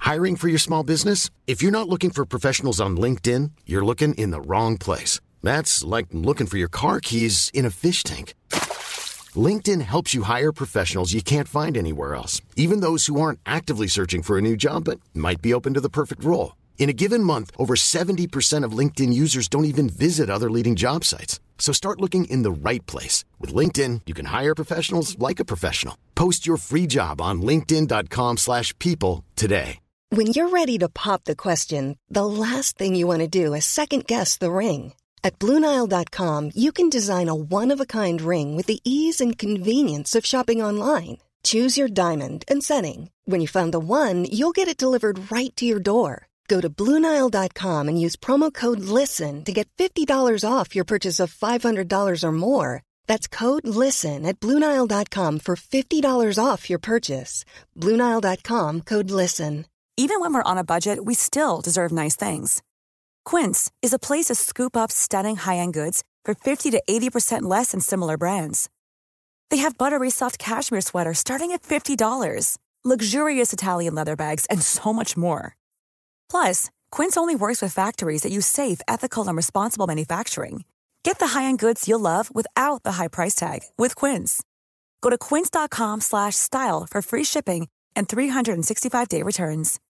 Hiring for your small business? If you're not looking for professionals on LinkedIn, you're looking in the wrong place. That's like looking for your car keys in a fish tank. LinkedIn helps you hire professionals you can't find anywhere else, even those who aren't actively searching for a new job but might be open to the perfect role. In a given month, over 70% of LinkedIn users don't even visit other leading job sites. So start looking in the right place. With LinkedIn, you can hire professionals like a professional. Post your free job on linkedin.com/people today. When you're ready to pop the question, the last thing you want to do is second-guess the ring. At BlueNile.com, you can design a one-of-a-kind ring with the ease and convenience of shopping online. Choose your diamond and setting. When you find the one, you'll get it delivered right to your door. Go to BlueNile.com and use promo code LISTEN to get $50 off your purchase of $500 or more. That's code LISTEN at BlueNile.com for $50 off your purchase. BlueNile.com, code LISTEN. Even when we're on a budget, we still deserve nice things. Quince is a place to scoop up stunning high-end goods for 50 to 80% less than similar brands. They have buttery soft cashmere sweaters starting at $50, luxurious Italian leather bags, and so much more. Plus, Quince only works with factories that use safe, ethical, and responsible manufacturing. Get the high-end goods you'll love without the high price tag with Quince. Go to quince.com/style for free shipping and 365-day returns.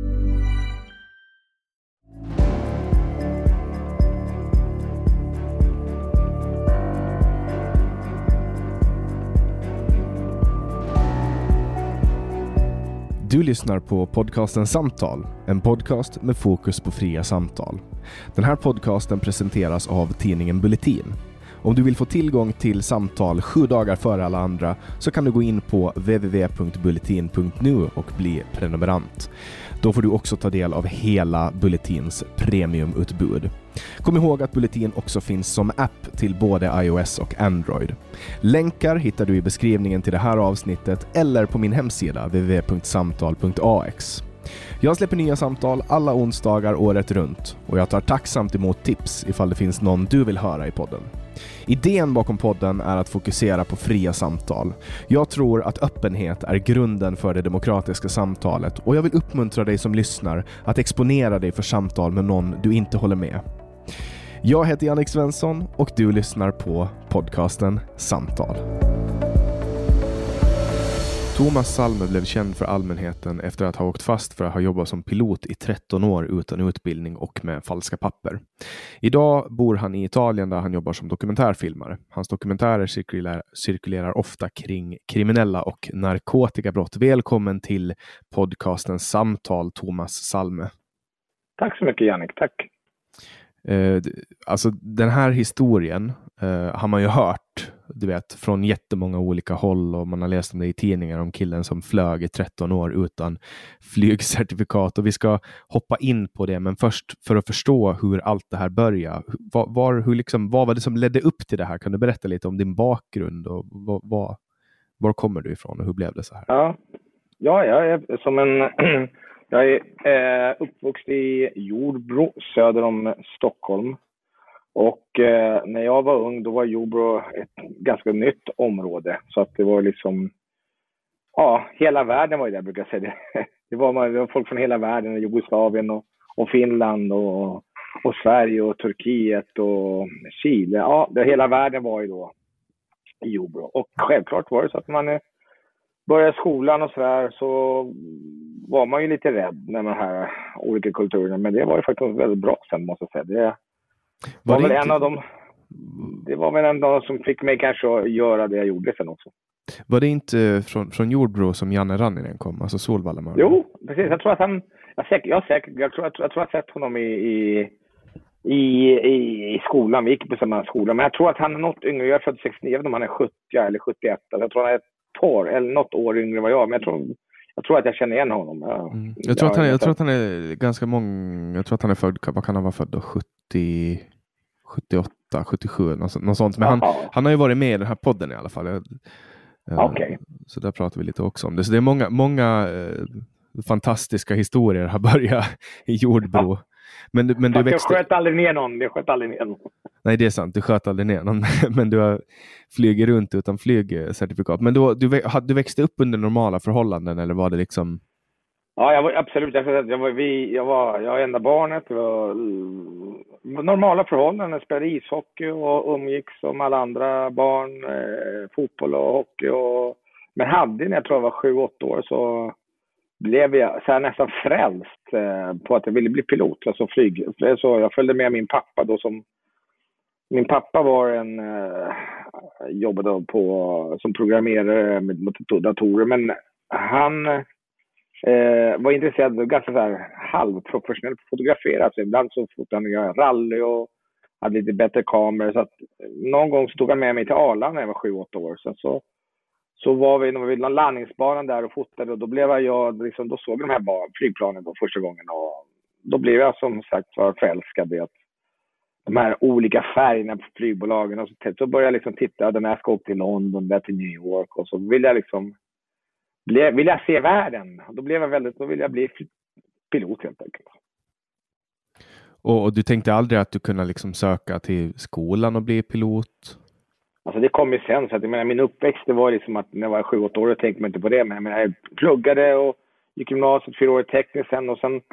Du lyssnar på podcasten Samtal, en podcast med fokus på fria samtal. Den här podcasten presenteras av tidningen Bulletin. Om du vill få tillgång till samtal 7 dagar före alla andra så kan du gå in på www.bulletin.nu och bli prenumerant. Då får du också ta del av hela Bulletins premiumutbud. Kom ihåg att Bulletin också finns som app till både iOS och Android. Länkar hittar du i beskrivningen till det här avsnittet eller på min hemsida www.samtal.ax. Jag släpper nya samtal alla onsdagar året runt och jag tar tacksamt emot tips ifall det finns någon du vill höra i podden. Idén bakom podden är att fokusera på fria samtal. Jag tror att öppenhet är grunden för det demokratiska samtalet och jag vill uppmuntra dig som lyssnar att exponera dig för samtal med någon du inte håller med. Jag heter Jannik Svensson och du lyssnar på podcasten Samtal. Thomas Salme blev känd för allmänheten efter att ha åkt fast för att ha jobbat som pilot i 13 år utan utbildning och med falska papper. Idag bor han i Italien där han jobbar som dokumentärfilmare. Hans dokumentärer cirkulerar ofta kring kriminella och narkotikabrott. Välkommen till podcasten Samtal, Thomas Salme. Tack så mycket, Jannik. Tack. Alltså den här historien har man ju hört, du vet, från jättemånga olika håll och man har läst om det i tidningar om killen som flög i 13 år utan flygcertifikat och vi ska hoppa in på det, men först för att förstå hur allt det här började, vad var det som ledde upp till det här? Kan du berätta lite om din bakgrund och var kommer du ifrån och hur blev det så här? Ja, jag är som jag är uppvuxen i Jordbro söder om Stockholm. Och när jag var ung då var Jordbro ett ganska nytt område. Så att det var liksom, hela världen var ju där, brukar jag säga. Det var folk från hela världen, Jugoslavien och Finland och Sverige och Turkiet och Chile. Ja, hela världen var ju då i Jordbro. Och självklart var det så att man började skolan och sådär så var man ju lite rädd när man hör olika kulturerna. Men det var ju faktiskt väldigt bra sen, måste jag säga. Det var väl en av dem. Det var väl en av dem som fick mig kanske att göra det jag gjorde sen också. Var det inte från Jordbro som Janne Ranninen kom? Alltså Solvallamördaren? Jo, precis. Jag tror att han... Jag tror att jag sett honom i skolan. Vi gick på samma skola. Men jag tror att han är något yngre. Jag är född 69, även om han är 70 eller 71. Alltså, jag tror han är något år yngre än vad jag. Men jag tror att jag känner igen honom. Jag tror att han är ganska många... Jag tror att han är född... Vad kan han vara född då? 78, 77, något sånt. Men han har ju varit med i den här podden i alla fall. Okay. Så där pratar vi lite också om det. Så det är många fantastiska historier har börjat i Jordbro. Men du växte... Jag sköt aldrig ner någon. Nej, det är sant. Du sköt aldrig ner någon. Men du har flugit runt utan flygcertifikat. Men du växte upp under normala förhållanden eller var det liksom... Ja, jag var absolut. Jag var enda barnet. Det var normala förhållanden. Jag spelade ishockey och umgicks som alla andra barn. Fotboll och hockey. Men när jag tror jag var 7-8 år så blev jag så här nästan frälst på att jag ville bli pilot. Alltså flyg. Så jag följde med min pappa då min pappa var jobbade som programmerare med datorer. Men han var intresserad av ganska så här halvprofessionellt fotografera. Så ibland så fotade han rally och hade lite bättre kameror. Så att någon gång så tog han med mig till Arlanda när jag var 7-8 år. Sen så var vi vid någon landningsbanan där och fotade. Och då blev jag liksom, då såg jag de här flygplanen då första gången. Och då blev jag som sagt förälskad i att de här olika färgerna på flygbolagen. Och så började jag liksom titta. Den här ska åka till London, där till New York. Och så vill jag se världen. Och då vill jag bli pilot helt enkelt. Och du tänkte aldrig att du kunde liksom söka till skolan och bli pilot? Alltså det kom ju sen. Så att, min uppväxt det var liksom att när jag var 7-8 år tänkte man inte på det. Men jag pluggade och gick gymnasiet 4 år tekniskt sen. Och sen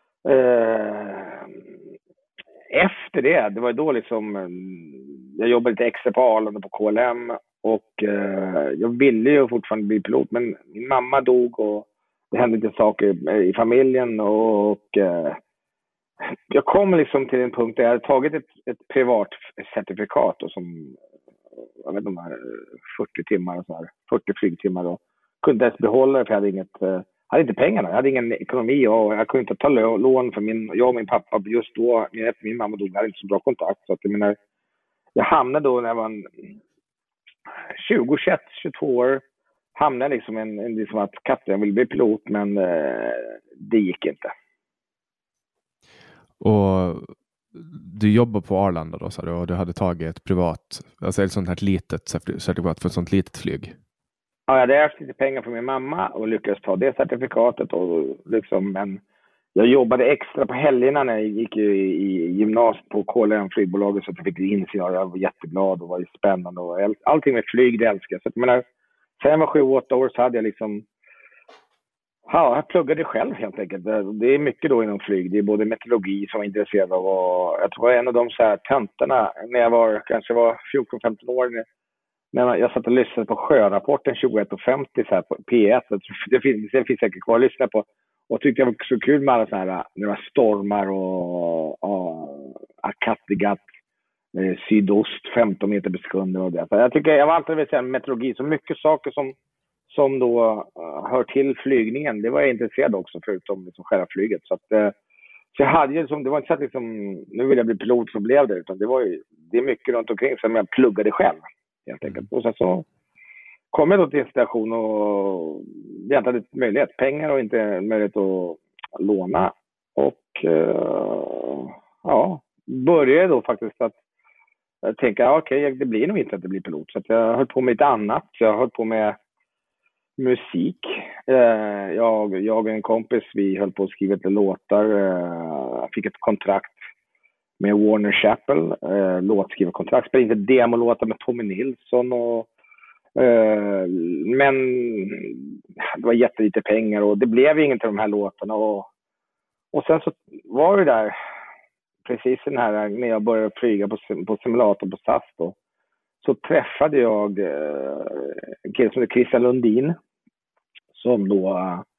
efter det var då liksom jag jobbade lite extra på Arlanda på KLM. Och jag ville ju fortfarande bli pilot. Men min mamma dog och det hände lite saker i familjen. Och jag kom liksom till en punkt där jag hade tagit ett privat certifikat. Och som, jag vet inte, 40 timmar och så här, 40 flygtimmar. Och kunde inte ens behålla det för jag hade inte pengarna. Jag hade ingen ekonomi och jag kunde inte ta lån för jag och min pappa just då. Efter min mamma dog hade inte så bra kontakt. Så att jag hamnade då när jag var 20, 21, 22 år. Hamnade liksom liksom att jag ville bli pilot, men det gick inte. Och du jobbar på Arlanda då, sa du, och du hade tagit ett privat, alltså ett sånt här litet certifikat för ett sånt litet flyg. Ja, jag hade haft lite pengar från min mamma och lyckades ta det certifikatet. Och liksom, men jag jobbade extra på helgerna när jag gick i gymnasiet på KLM flygbolaget så att jag fick inse. Jag var jätteglad och var spännande. Och allting med flyg, det älskar jag. Så jag menar, sen jag var 7-8 år så hade jag liksom... Ja, jag pluggade själv helt enkelt. Det är mycket då inom flyg. Det är både meteorologi som jag är intresserad av. Och jag tror en av de så här tentorna när jag kanske var 14-15 år. När jag satt och lyssnade på sjörapporten 21.50 så här på P1. Det finns säkert kvar att lyssna på. Och tyckte jag var så kul med alla så här när det var stormar och Kattegatt, sydost 15 meter per sekund och det. Så jag var alltid säga meteorologi. Så mycket saker som då hör till flygningen. Det var jag intresserad också förutom liksom själva flyget. Så jag hade ju liksom, det var inte så att liksom, nu vill jag bli pilot så blev det. Utan det är mycket runt omkring som jag pluggade själv helt enkelt. Och så kom jag då till en station och jag inte hade möjlighet. Pengar och inte möjlighet att låna. Och började då faktiskt att tänka okej, det blir nog inte att det blir pilot. Så att jag höll på med ett annat. Jag höll på med musik. Jag och en kompis, vi höll på att skriva lite låtar. Jag fick ett kontrakt med Warner Chappell. Låtskrivarkontrakt. Spelade inte demolåtar med Tommy Nilsson. Men det var jättelite pengar och det blev inget av de här låtarna. Och sen så var det där precis den här när jag började flyga på simulator på SAS då. Så träffade jag en kille som heter Christian Lundin som då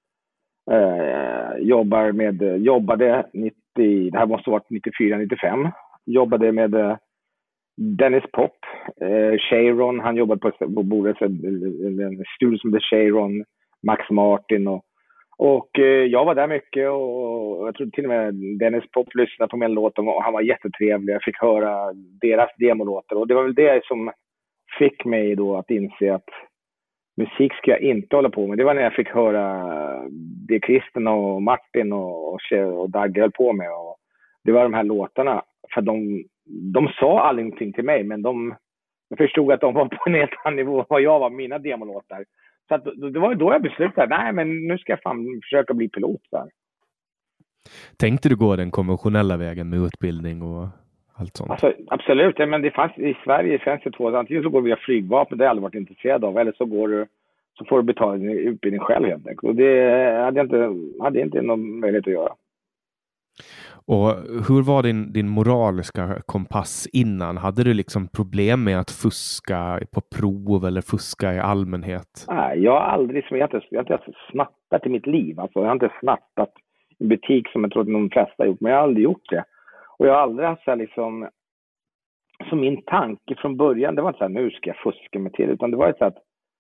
jobbade 90, det här måste ha varit 94-95, jobbade med Dennis Pop, Cheiron, han jobbade på bordet en studio som heter Cheiron, Max Martin och jag var där mycket och jag tror till och med Dennis Pop lyssnade på min låt och han var jättetrevlig. Jag fick höra deras demolåtar och det var väl det som fick mig då att inse att musik ska jag inte hålla på med. Det var när jag fick höra det Kristen och Martin och Dagge höll på med. Och det var de här låtarna. För de sa aldrig någonting till mig, men jag förstod att de var på en helt annan nivå vad jag var, mina demolåtar. Så att, det var då jag beslutade, nej men nu ska jag fan försöka bli pilot där. Tänkte du gå den konventionella vägen med utbildning och allt sånt? Alltså, absolut, men det fanns, i Sverige fanns det två. Antingen så går du via flygvapen, det har jag aldrig varit intresserad av. Eller så går du så får du betala din utbildning själv helt enkelt. Och det hade inte någon möjlighet att göra. Och hur var din moraliska kompass innan? Hade du liksom problem med att fuska på prov eller fuska i allmänhet? Nej, jag har aldrig snattat i mitt liv. Alltså, jag har inte snattat i en butik som jag tror att de flesta har gjort, men jag har aldrig gjort det. Och jag har aldrig haft så här liksom, så min tanke från början, det var inte så här, nu ska jag fuska mig till, utan det var ju så att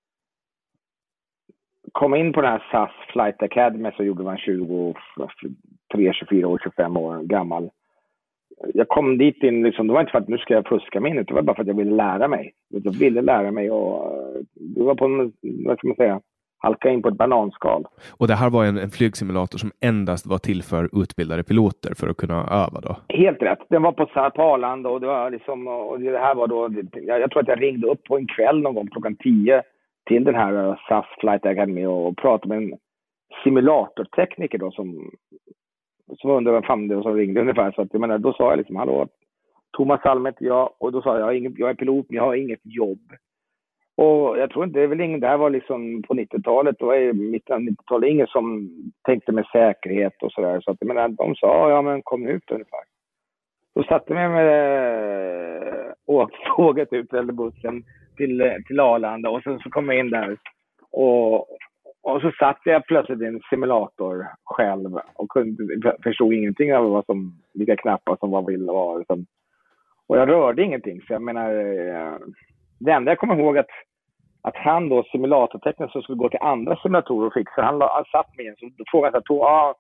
komma in på den här SAS Flight Academy, så gjorde man 24 år, 25 år gammal. Jag kom dit in, liksom, det var inte för att nu ska jag fuska mig in, det var bara för att jag ville lära mig. Jag ville lära mig och det var på en, vad ska man säga, halka in på ett bananskal. Och det här var en flygsimulator som endast var till för utbildade piloter för att kunna öva då? Helt rätt. Den var på Arlanda och det var liksom, och det här var då, jag tror att jag ringde upp på en kväll någon gång klockan 10 till den här SAS Flight Academy och pratade med en simulatortekniker då som undrade vad fan det var som ringde ungefär. Så att, jag menar, då sa jag liksom, hallå, Thomas Almet, ja, och då sa jag är pilot, men jag har inget jobb. Och jag tror inte, det är väl ingen, det här var liksom på 90-talet, då var i mitten av 90-talet ingen som tänkte med säkerhet och sådär. Så att jag menar, de sa, ja men kom ut ungefär. Då satte jag med åkte tåget ut eller bussen till Arlanda och sen så kom jag in där och så satt jag plötsligt i en simulator själv och förstod ingenting av vilka knappar som var vill var. Och jag rörde ingenting, så jag menar, det enda jag kommer ihåg att han då, simulatortekniker som skulle gå till andra simulatorer och fixa, han satt med en, så då frågade jag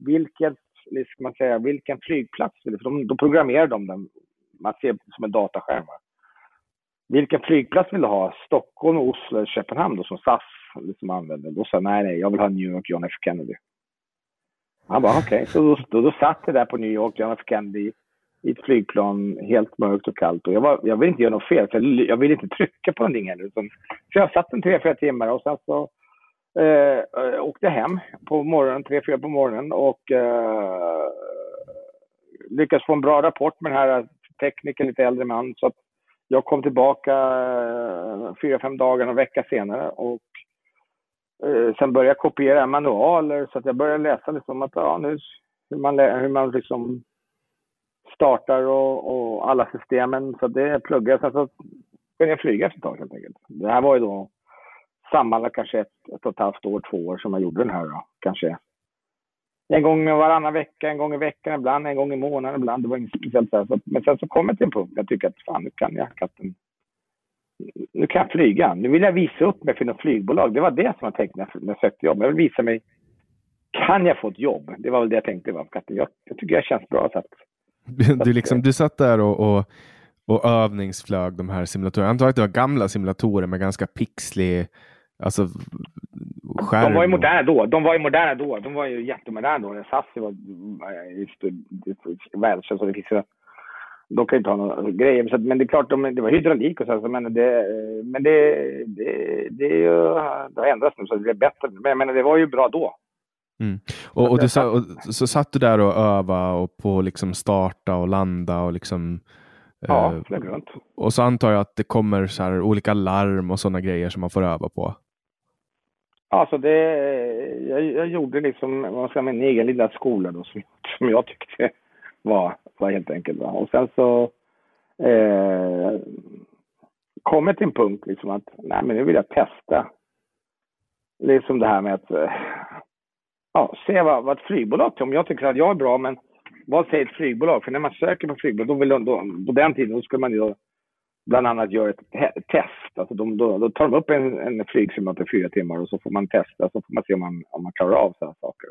vilken flygplats vill du? För då programmerar de den, man ser som en dataskärm. Vilken flygplats vill du ha? Stockholm, Oslo, Köpenhamn då, som SAS liksom använder. Då sa nej, jag vill ha New York, John F. Kennedy. Han bara okej. Så då satt jag där på New York, John F. Kennedy i ett flygplan, helt mörkt och kallt. Och jag vill inte göra något fel, för jag vill inte trycka på någonting heller. Så jag satt 3-4 timmar och sen så åkte hem på morgonen, 3-4 på morgonen och lyckades få en bra rapport med den här teknikern, lite äldre man, så att jag kom tillbaka 4-5 dagar och vecka senare och sen började jag kopiera manualer, så att jag började läsa liksom att hur man liksom startar och alla systemen, så det pluggade, sen så kunde jag flyga efter ett tag helt enkelt. Det här var ju då sammanlagt kanske 1,5 år, 2 år som jag gjorde den här då. Kanske en gång varannan vecka, en gång i veckan ibland, en gång i månaden ibland. Det var inget speciellt så här. Men sen så kom jag till en punkt. Jag tycker att fan, nu kan jag flyga. Nu vill jag visa upp mig för något flygbolag. Det var det som jag tänkte när jag sökte jobb. Jag vill visa mig, kan jag få ett jobb? Det var väl det jag tänkte. Jag tycker jag känns bra. Så att du satt där och övningsflög de här simulatorerna. Jag antar att det var gamla simulatorer med ganska pixlig, alltså skärm. De var ju moderna då. De var ju jättemoderna då. SAS var världskänt, så det finns ju, de kan inte ha några grejer. Men det är klart, det var hydraulik och så, men det är ju, det har ändrats nu så det blir bättre. Men jag menar, det var ju bra då. Mm. Och så satt du där och övade och på liksom starta och landa och liksom flagrant. Och så antar jag att det kommer så här olika larm och sådana grejer som man får öva på. Alltså jag gjorde liksom min egen lilla skola då, som jag tyckte var helt enkelt. Va? Och sen så kom jag till en punkt liksom att nej, men nu vill jag testa liksom det här med att se vad ett flygbolag, om jag tycker att jag är bra, men vad säger ett flygbolag? För när man söker på flygbolag, då på den tiden då skulle man ju bland annat göra ett test. Alltså då tar de upp en flygsimulator i 4 timmar och så får man testa, så får man se om man klarar av sådana saker.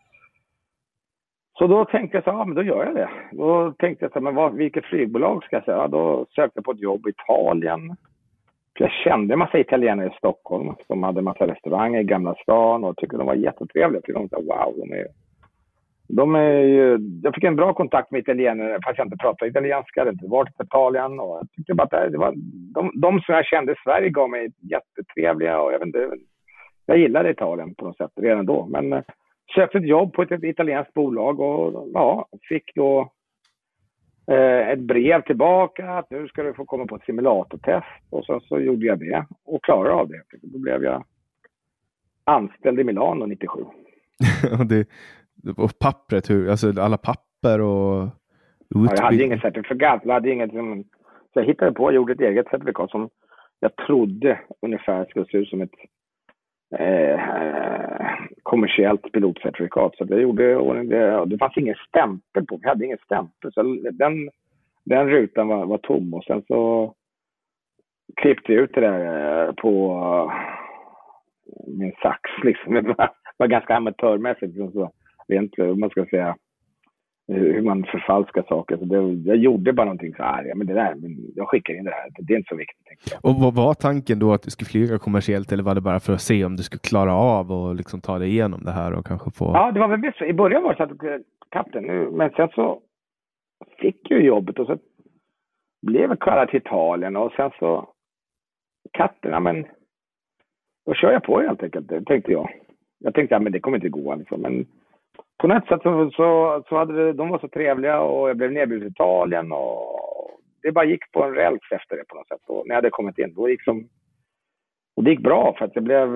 Så då tänkte jag så men då gör jag det. Då tänkte jag så men vilket flygbolag ska jag säga? Ja, då sökte jag på ett jobb i Italien. Jag kände en massa italienare i Stockholm som hade en massa restauranger i Gamla stan och tyckte de var jättetrevliga. Jag tyckte jag fick en bra kontakt med italienare, fast jag inte pratade italienska, hade inte varit i Italien, och jag tyckte bara att det var de som jag kände i Sverige gav mig jättetrevliga, och jag vet inte, jag gillade Italien på något sätt redan då, men sökte ett jobb på ett italienskt bolag och fick då ett brev tillbaka att nu ska du få komma på ett simulatortest, och så gjorde jag det och klarade av det. Då blev jag anställd i Milano 97. Och pappret, alltså alla papper och utbildning. Jag hade inget certifikat. Så jag hittade på och gjorde ett eget certifikat som jag trodde ungefär skulle se ut som ett kommersiellt pilotcertifikat. Så jag gjorde, och det fanns ingen stämpel på. Vi hade ingen stämpel. Så den rutan var tom. Och sen så klippte jag ut det där på min sax. Liksom. Det var ganska amatörmässigt. Så rent, man ska säga, hur man förfalskar saker. Så jag gjorde bara någonting så här. Ja, men jag skickar in det här. Det är inte så viktigt, tänkte jag. Och vad var tanken då, att du skulle flyga kommersiellt, eller var det bara för att se om du skulle klara av och liksom ta dig igenom det här och kanske få... Ja, det var väl bäst. I början var det så att kapten nu, men sen så fick ju jobbet och så blev jag kallad till Italien och sen så katten, ja men då kör jag på helt enkelt, tänkte jag. Jag tänkte, ja men det kommer inte gå alltså, men på något sätt så hade de var så trevliga och jag blev nerbjuden till Italien och det bara gick på en räls efter det på något sätt. Och när jag hade kommit in, då och det gick bra för att det blev,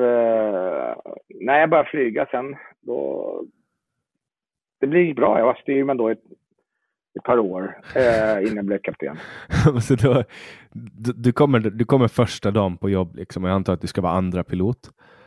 när jag började flyga sen, då det blev bra. Jag var styrman då ett par år innan jag blev kapten. Så då, du kommer första dagen på jobb liksom, och jag antar att du ska vara andra pilot.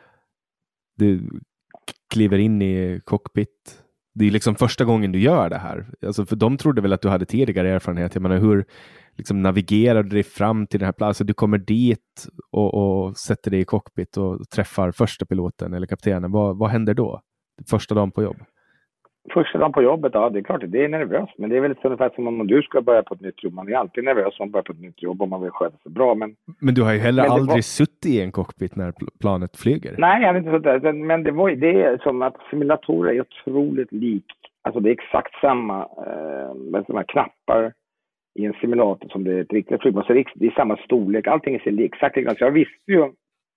Du kliver in i cockpit. Det är liksom första gången du gör det här. Alltså, för de trodde väl att du hade tidigare erfarenhet. Jag menar, hur liksom navigerade du dig fram till den här platsen? Du kommer dit och sätter dig i cockpit och träffar första piloten eller kaptenen. Vad händer då? Första dagen på jobb? Första dagen på jobbet, ja, det är klart, det är nervöst. Men det är väl ungefär som om du ska börja på ett nytt jobb. Man är alltid nervös om man börjar på ett nytt jobb om man vill sköta sig bra. Men du har ju heller aldrig suttit i en cockpit när planet flyger. Nej, jag har inte suttit där. Men det är som att simulatorer är otroligt lik. Alltså det är exakt samma med sådana knappar i en simulator som det är ett riktigt flygplan. Så det är samma storlek, allting är exakt likadant. Så jag visste ju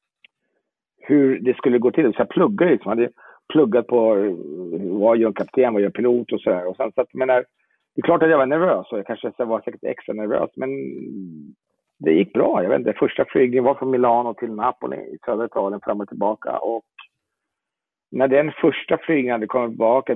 hur det skulle gå till. Så jag pluggade liksom. Jag hade pluggat på vad gör kapten, vad gör pilot och sådär. Och sen så att, men det är klart att jag var nervös och jag kanske var säkert extra nervös, men det gick bra. Jag vet inte, första flygningen var från Milano till Napoli i södra Italien, fram och tillbaka. Och när den första flygningen hade kommit tillbaka,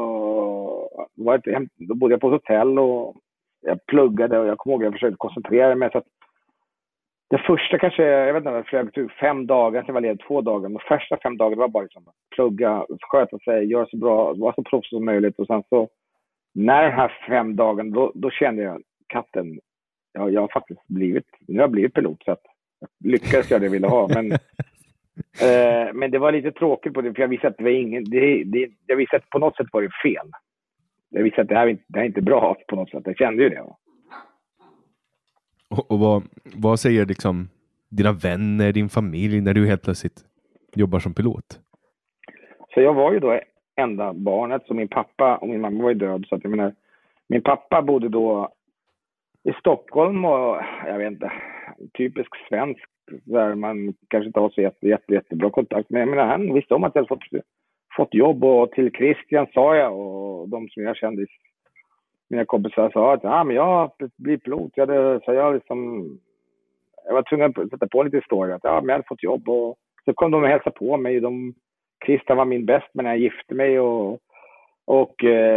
då bodde jag på ett hotell och jag pluggade och jag kommer ihåg att jag försökte koncentrera mig. Så att det första kanske, jag vet inte, jag flög 5 dagar, sen var det 2 dagar. De första 5 dagar var bara liksom plugga, sköta sig, göra så bra, vara så proffs som möjligt. Och sen så, när den här 5 dagarna, då kände jag, katten, jag har faktiskt blivit pilot, så att jag lyckades göra det jag ville ha. Men det var lite tråkigt på det, för jag visste att det var jag visste att på något sätt var det fel. Jag visste att det här är inte bra på något sätt, jag kände ju det. Och vad säger liksom dina vänner, din familj när du helt plötsligt jobbar som pilot? Så jag var ju då enda barnet, så min pappa och min mamma var ju död. Så att jag menar, min pappa bodde då i Stockholm och jag vet inte, typisk svensk där man kanske inte har så jättebra kontakt med. Men han visste om att jag hade fått jobb och till Christian sa jag och de som jag kände, mina kompisar sa att men jag blir pilot. Jag var tvungen att sätta på lite historia. Att men jag hade fått jobb. Och så kom de och hälsade på mig. Christian var min bäst men när jag gifte mig. Och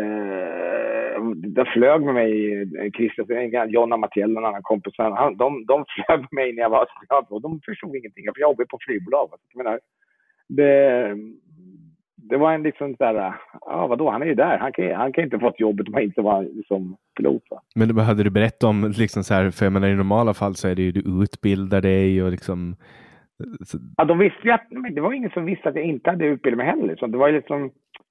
där flög med mig Christian, Jonna Mattiell och en annan kompis. De flög med mig när jag var och de förstod ingenting. Jag jobbade på flygbolag. Jag menar, det var en liksom sådär, vadå, han är ju där. Han kan inte fått jobbet om han inte var liksom pilot. Va? Men vad hade du berättat om liksom så här, för jag menar, i normala fall så är det ju du utbildar dig och liksom... Ja, de visste ju att, men det var ingen som visste att jag inte hade utbildat mig heller. Så det var ju liksom...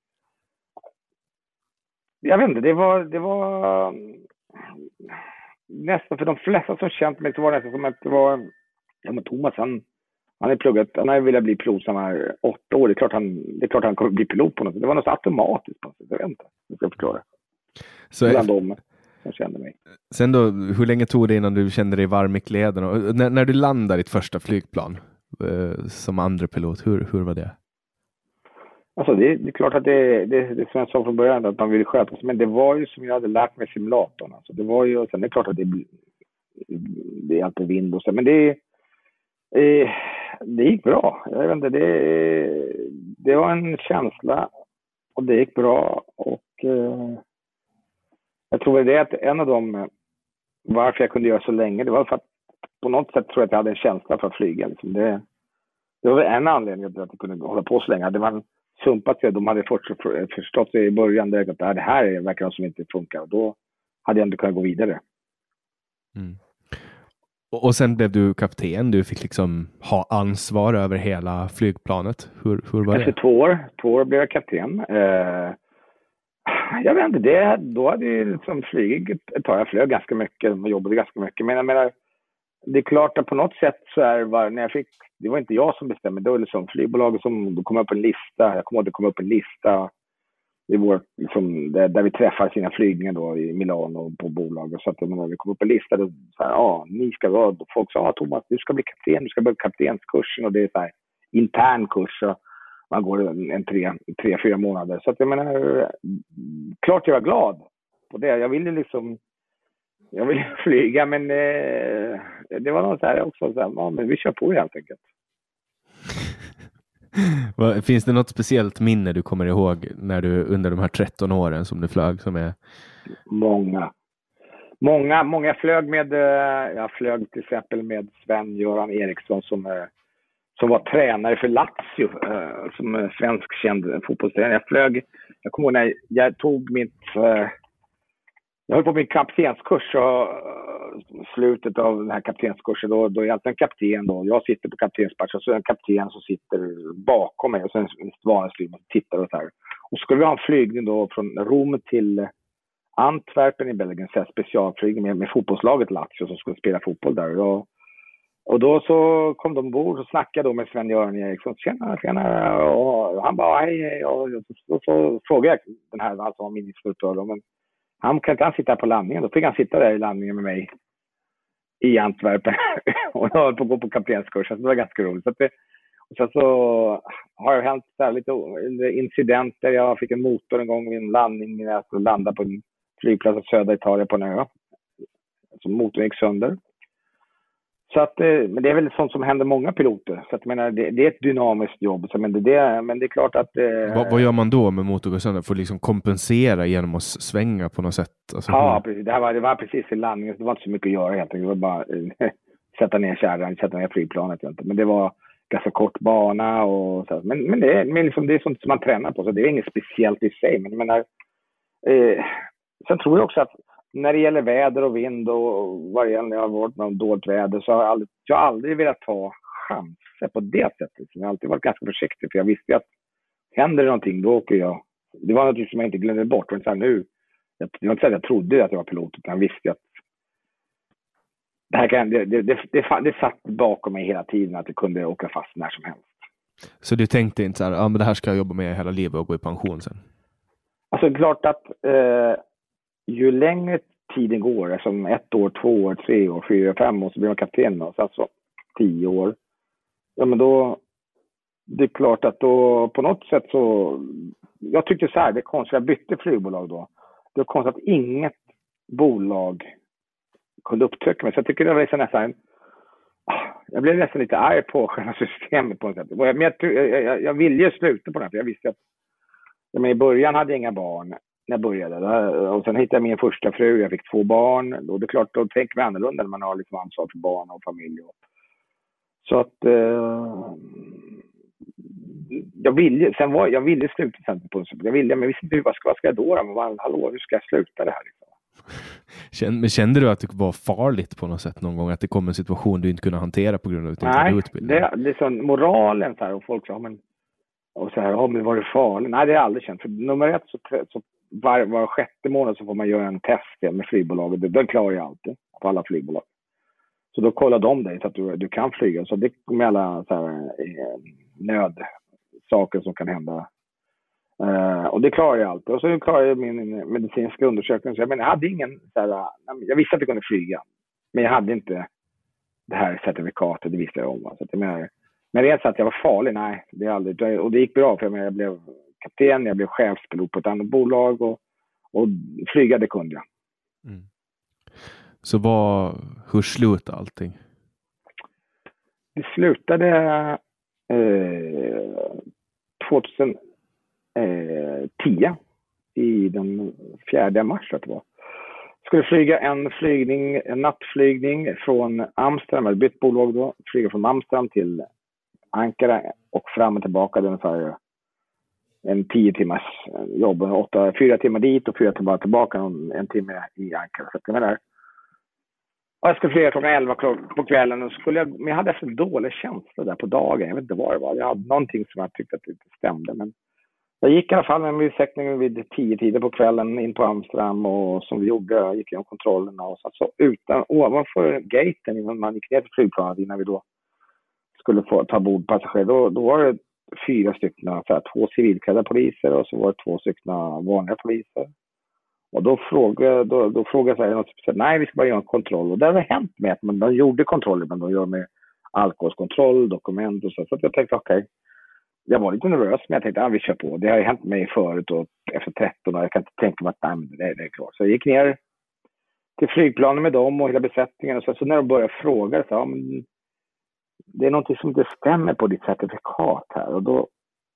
Jag vet inte, det var nästan för de flesta som känt mig så var det nästan som att det var... Ja, men Thomas, han har pluggat, han har velat bli pilot som är 8 år. Det är klart han kommer bli pilot på något sätt. Det var något automatiskt på något sätt. Jag vet inte. Jag ska förklara. Så bland dem som kände mig. Sen då, hur länge tog det innan du kände dig varm i kläderna? Och när du landade ditt första flygplan som andra pilot, hur var det? Alltså det är klart att det är som jag sa från början, att man vill sköta sig. Men det var ju som jag hade lärt mig simulatorn. Alltså det var ju, sen är det klart att det är alltid vind och så. Men det är Det gick bra. Jag vet inte, det var en känsla och det gick bra. Och jag tror det är att en av dem, varför jag kunde göra så länge, det var för att på något sätt tror jag att jag hade en känsla för att flyga. Liksom. Det var en anledning till att jag kunde hålla på så länge. Det var sumpat sig, de hade förstått sig i början direkt att det här verkar som inte funkar. Och då hade jag inte kunnat gå vidare. Mm. Och sen blev du kapten. Du fick liksom ha ansvar över hela flygplanet. Hur var det? Efter 2 år blev jag kapten. Jag vet inte, då hade jag liksom flygit ett tag. Jag flög ganska mycket och jobbade ganska mycket. Men jag menar, det är klart att på något sätt så det var inte jag som bestämde. Det var liksom flygbolaget som kom upp en lista. Jag kommer ihåg att det kom upp en lista i liksom, där vi träffade sina flygningar då i Milano på bolaget. Så att det kom upp en lista där så här, ni ska vara, folk sa, Thomas, du ska bli kapten, du ska börja kaptenskursen, och det är så här intern kurs, så man går en 3-4 månader. Så att jag menar, klart jag var glad på det. Jag ville flyga, men det var något så här också, så här, ja, men vi kör på helt enkelt. Finns det något speciellt minne du kommer ihåg när du under de här 13 åren som du flög som är? Många. Jag flög till exempel med Sven-Göran Eriksson som var tränare för Lazio, som svensk känd fotbollstränare. Jag kommer ihåg när jag tog jag höll på min kaptenskurs, och slutet av den här kaptenskursen då är jag alltid en kapten då. Jag sitter på kaptensplatsen, så är det en kapten som sitter bakom mig och sen en vanlig flygman som tittar och så här. Och så skulle vi ha en flygning då från Rom till Antwerpen i Belgien, så här specialflygning med fotbollslaget Lazio som skulle spela fotboll där. Och då så kom de ombord och snackade då med Sven-Göran Eriksson. Tjena. Och han bara hej. Och så frågade jag den här, alltså var min instruktör, men han kan inte sitta på landningen. Då fick han sitta där i landningen med mig i Antwerpen. Och jag höll på att gå på kaptenskursen. Så det var ganska roligt. Och sen så har det hänt så här lite incidenter. Jag fick en motor en gång vid en landning när jag skulle landa på en flygplats i södra Italien på en ö. Så motorn gick sönder. Så att, men det är väl sånt som händer många piloter. Så att, menar, det är ett dynamiskt jobb. Så, men det är klart att... Vad gör man då med motorn sönder? Får liksom kompensera genom att svänga på något sätt? Alltså, ja, precis. Det var precis i landningen. Det var inte så mycket att göra helt enkelt. Det var bara sätta ner kärran, sätta ner flygplanet. Men det var ganska kort bana. Och så. Men det är sånt som man tränar på. Så det är inget speciellt i sig. Men jag menar, sen tror jag också att när det gäller väder och vind och vad det gäller när jag har varit med dåligt väder, så har jag aldrig velat ta chanser på det sättet. Jag har alltid varit ganska försiktig, för jag visste ju att händer det någonting, då åker jag. Det var något som jag inte glömde bort. Det var inte så att jag trodde att jag var pilot, utan jag visste att det satt bakom mig hela tiden att det kunde åka fast när som helst. Så du tänkte inte så här, men det här ska jag jobba med hela livet och gå i pension sen? Alltså klart att ju längre tiden går, som 1 år, 2 år, 3 år, 4, 5 år, så blir man kapten och sen så 10 år. Ja, men då, det är klart att då på något sätt så, jag tyckte så här, det är konstigt, jag bytte flygbolag då. Det var konstigt att inget bolag kunde upptäcka mig. Så jag tycker det var nästan, jag blev nästan lite arg på själva systemet på något sätt. Men jag ville ju sluta på det här, för jag visste att i början hade jag inga barn när jag började. Och sen hittade jag min första fru, jag fick 2 barn. Och det är klart, då tänker man annorlunda när man har liksom ansvar för barn och familj. Så att jag ville sluta sen på det. Men jag visste inte vad ska jag då? Men hallå, hur ska jag sluta det här liksom? Men kände du att det var farligt på något sätt någon gång? Att det kom en situation du inte kunde hantera på grund av att du inte hade utbildning? Nej, det är sån moralen så här, och folk sa, men var det farligt? Nej, det har jag aldrig känt. För nummer 1 så var 6:e månad så får man göra en test med flygbolaget. Den klarar jag alltid på alla flygbolag. Så då kollar de dig så att du kan flyga. Så det kommer alla så här, nödsaker som kan hända. Och det klarar jag alltid. Och så klarar jag min medicinska undersökning. Så jag hade ingen så här, jag visste att jag kunde flyga. Men jag hade inte det här certifikatet, det visste jag om. Så att men rent så att jag var farlig, nej, det är aldrig. Och det gick bra, för jag blev kapten, jag blev chefspilot på ett annat bolag och flyga, det kunde jag. Mm. Så hur slutade allting? det slutade 2010 i den 4 mars att det var. Skulle flyga en nattflygning från Amsterdam, eller bytt bolag då, flyga från Amsterdam till Ankara och fram och tillbaka. Det är ungefär en 10 timmars jobb, 4 timmar dit och 4 timmar tillbaka, en timme i Ankara. Så jag där. Och jag skulle flyga klockan 11 på kvällen och men jag hade haft en dålig känsla där på dagen. Jag vet inte vad det var. Jag hade någonting som jag tyckte att det inte stämde, men jag gick i alla fall med besättningen vid 10-tiden på kvällen in på Amsterdam, och som vi gjorde, jag gick igenom kontrollerna och så ovanför gaten innan man gick ner till flygplanet, innan vi då skulle få ta bord passagerare. Då var det 4 stycken, 2 civilklädda poliser och så var det 2 stycken vanliga poliser. Och då frågade jag så här, nej, vi ska bara göra en kontroll. Och det har hänt med att de gjorde kontroller, men de gör med alkoholkontroll, dokument och så. Så jag tänkte okej. Jag var lite nervös, men jag tänkte vi kör på. Det har ju hänt mig förut och efter 13 år. Jag kan inte tänka mig att det är klart. Så jag gick ner till flygplanen med dem och hela besättningen. Och så när de började fråga så men det är någonting som inte stämmer på ditt certifikat här. Och då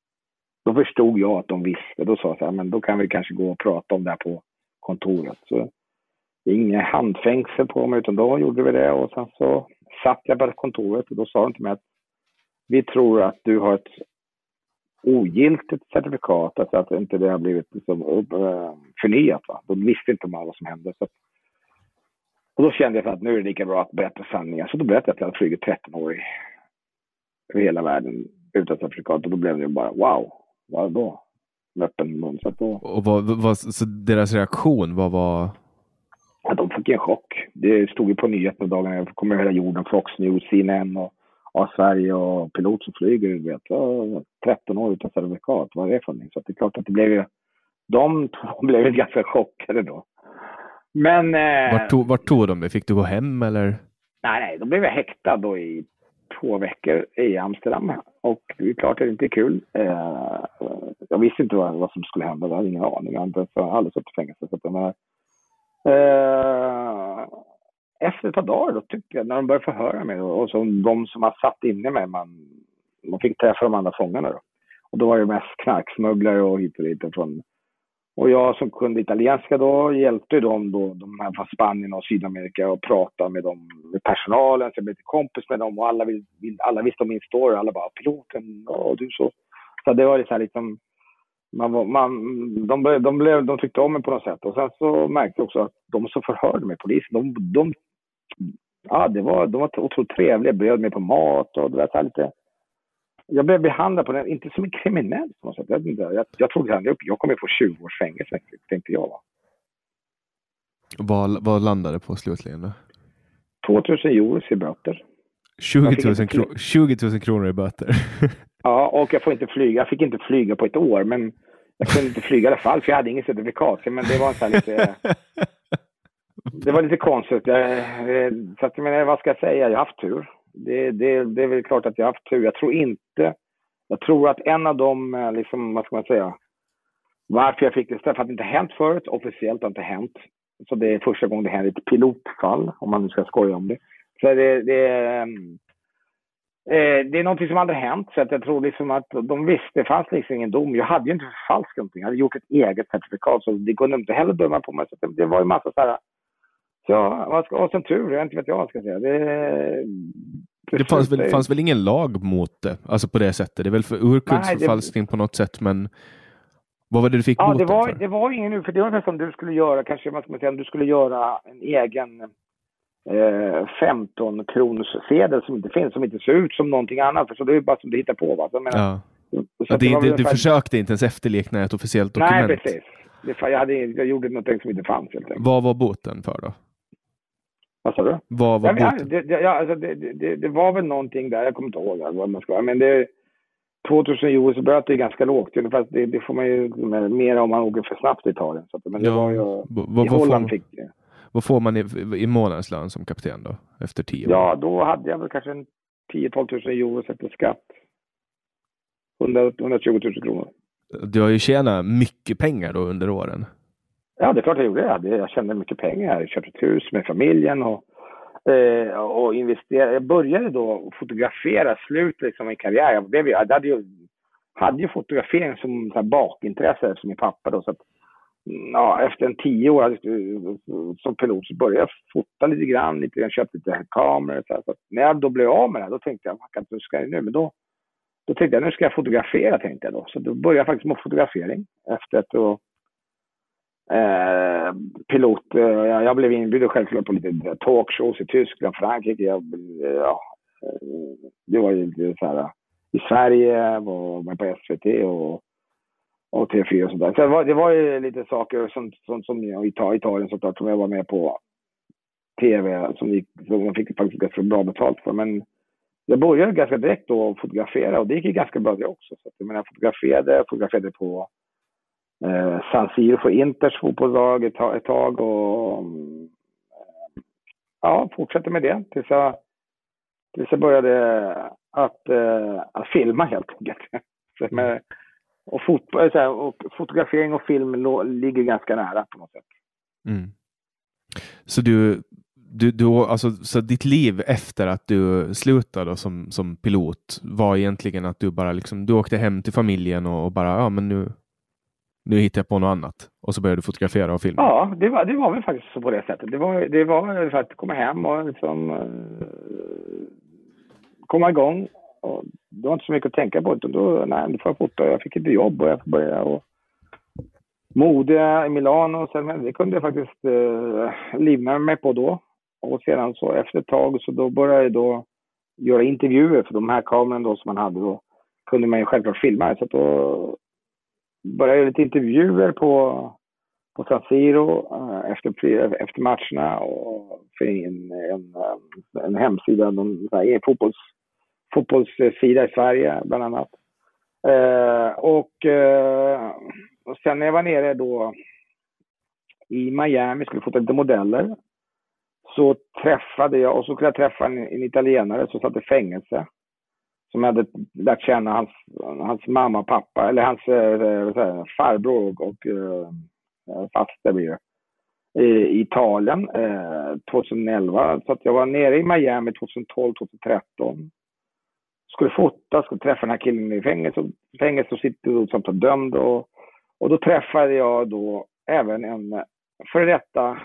förstod jag att de visste. Då sa jag så här, men då kan vi kanske gå och prata om det här på kontoret. Så det är inga handfängsel på mig, utan då gjorde vi det. Och sen så satt jag på kontoret och då sa de till mig att vi tror att du har ett ogiltigt certifikat, alltså att inte det har blivit liksom förnyat. Va? De visste inte om vad som hände. Så och då kände jag att nu är det lika bra att berätta sanningen. Så då berättade jag att jag hade flugit 13 år i hela världen utan certifikat. Och då blev det bara wow, vad då? Med öppen mun. Så deras reaktion, vad var? Ja, de fick en chock. Det stod ju på nyheterna dagarna. Jag kommer höra jorden, Fox News, CNN och Sverige och pilot som flyger, 13 år utan certifikat. Vad är det för någonting? Så det är klart att det blev ju, de blev ganska chockade då. Men vart tog de det? Fick du gå hem eller? Nej, de blev häktad då i 2 veckor i Amsterdam. Och det är klart att det inte är kul. Jag visste inte vad som skulle hända. Jag hade ingen aning. Jag hade aldrig suttit i fängelse. Så efter ett par dagar då, tycker jag, när de började förhöra mig och så de som har satt inne mig, man fick träffa de andra fångarna då. Och då var det mest knarksmugglare och hit och dit från. Och jag som kunde italienska då hjälpte dem då, de här från Spanien och Sydamerika, och pratade med dem, med personalen, så jag blev till kompis med dem, och alla visste om min story, alla bara piloten och du så. Så det var det så här liksom, de tyckte om mig på något sätt. Och sen så märkte jag också att de som förhörde mig, polisen, de var otroligt trevliga, bjöd mig på mat och det var så här lite. Jag blev behandlad på den, inte som en kriminell på något sätt. Jag trodde att jag kommer få 20 års fängelse, tänkte jag. Va? Vad landade på slutligen då? 2000 euro i böter. 20 000 kronor i böter. Ja, och jag fick inte flyga på ett år, men jag kunde inte flyga i alla fall, för jag hade ingen certifikat. Men det var det var lite konstigt. Så att, men vad ska jag säga? Jag har haft tur. Det är väl klart att jag har haft tur. Jag tror att en av dem, liksom, vad ska man säga, varför jag fick det, för att det inte hänt förut, officiellt har inte hänt. Så det är första gången det händer ett pilotfall, om man nu ska skoja om det. Så det är någonting som aldrig hänt, så att jag tror liksom att de visste, det fanns liksom ingen dom. Jag hade ju inte förfalskat någonting, jag hade gjort ett eget certifikat, så det kunde inte heller döma på mig. Så det var ju massa så här, och sen tur, jag vet inte vad jag ska säga. Det fanns väl ingen lag mot det, alltså på det sättet. Det är väl för urkundsförfalskning på något sätt, men vad var det du fick boten för? Det var ingen nu, för det var nästan som du skulle göra, kanske man ska säga, du skulle göra en egen 15 kronors sedel som inte finns, som inte ser ut som någonting annat, för så det är bara som du hittar på, va? Så, ja. Du försökte inte ens efterlikna ett officiellt dokument. Nej, precis. Jag gjorde något som inte fanns. Vad var boten för då? Vad sa du? Vad var boten? Det var väl någonting där, jag kommer inte ihåg vad man ska, men det 2000 euro så böter är ganska lågt. Fast det får man ju mer om man åker för snabbt i Italien. Så, men det var ju, i Holland fick det. Vad får man i månadslön som kapten då? Efter 10 år? Ja, då hade jag väl kanske 10-12 000 euro efter skatt. 120 000 kronor. Du har ju tjänat mycket pengar då under åren. Ja, det är klart jag gjorde det. Jag tjänade mycket pengar. Jag köpte ett hus med familjen och och investera. Jag började då fotografera slut liksom i karriär. Jag hade ju fotografering som så här bakintresse som min pappa då, så att efter 10 år som pilot så började jag fota lite grann, köpte lite kameror så att när jag då blev av med det, då tänkte jag nu ska jag nu, men då tänkte jag nu ska jag fotografera, tänkte jag då. Så då började jag faktiskt med fotografering efter att pilot. Jag blev inbjuden självklart på lite talkshows i Tyskland, Frankrike. Det var ju så här i Sverige, var på SVT och TV4 och sådär. Så det var ju lite saker som jag i Italien såklart, som jag var med på TV som jag fick faktiskt ganska bra betalt för. Men jag började ganska direkt då att fotografera och det gick ju ganska bra det också. Så jag fotograferade på San Siro för Inters fotbollslag ett tag och fortsatte med det tills jag började att filma helt enkelt. Och fotografering och film ligger ganska nära på något sätt. Mm. Så så ditt liv efter att du slutade som pilot var egentligen att du bara liksom, du åkte hem till familjen och bara, men nu hittar jag på något annat. Och så började du fotografera och filma. Ja, det var väl faktiskt så på det sättet. Det var för att komma hem och liksom komma igång. Och det var inte så mycket att tänka på. Utan då får jag fota. Jag fick inte jobb och jag får börja och mode i Milano. Och sen, det kunde jag faktiskt livnära mig på då. Och sedan så efter ett tag så då började jag då göra intervjuer för de här kamerorna då som man hade. Då kunde man ju självklart filma. Så då började jag göra lite intervjuer på San Siro efter matcherna och för en hemsida, en fotbollssida i Sverige bland annat. Och sen när jag var nere då i Miami skulle fota lite modeller, så träffade jag, och så skulle jag träffa en italienare som satt i fängelse, som hade lärt känna hans mamma och pappa, eller hans farbror och faster blir det, i Italien 2011. Så att jag var nere i Miami 2012-2013. Skulle fota, skulle träffa den här killen i fängelse och sitter som dömd. Och då träffade jag då även en före detta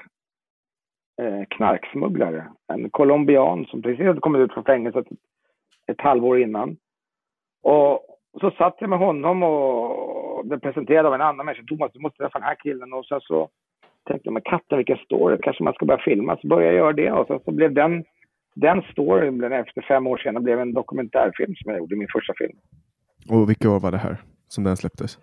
knarksmugglare. En colombian som precis hade kommit ut från fängelset ett halvår innan. Och så satt jag med honom och det presenterade av en annan människa. Thomas, du måste träffa den här killen. Och sen så tänkte jag, men katten, vilken story. Kanske man ska börja filma. Så började jag göra det. Och sen så blev den storyn efter 5 år sedan blev en dokumentärfilm som jag gjorde, min första film. Och vilka år var det här som den släpptes?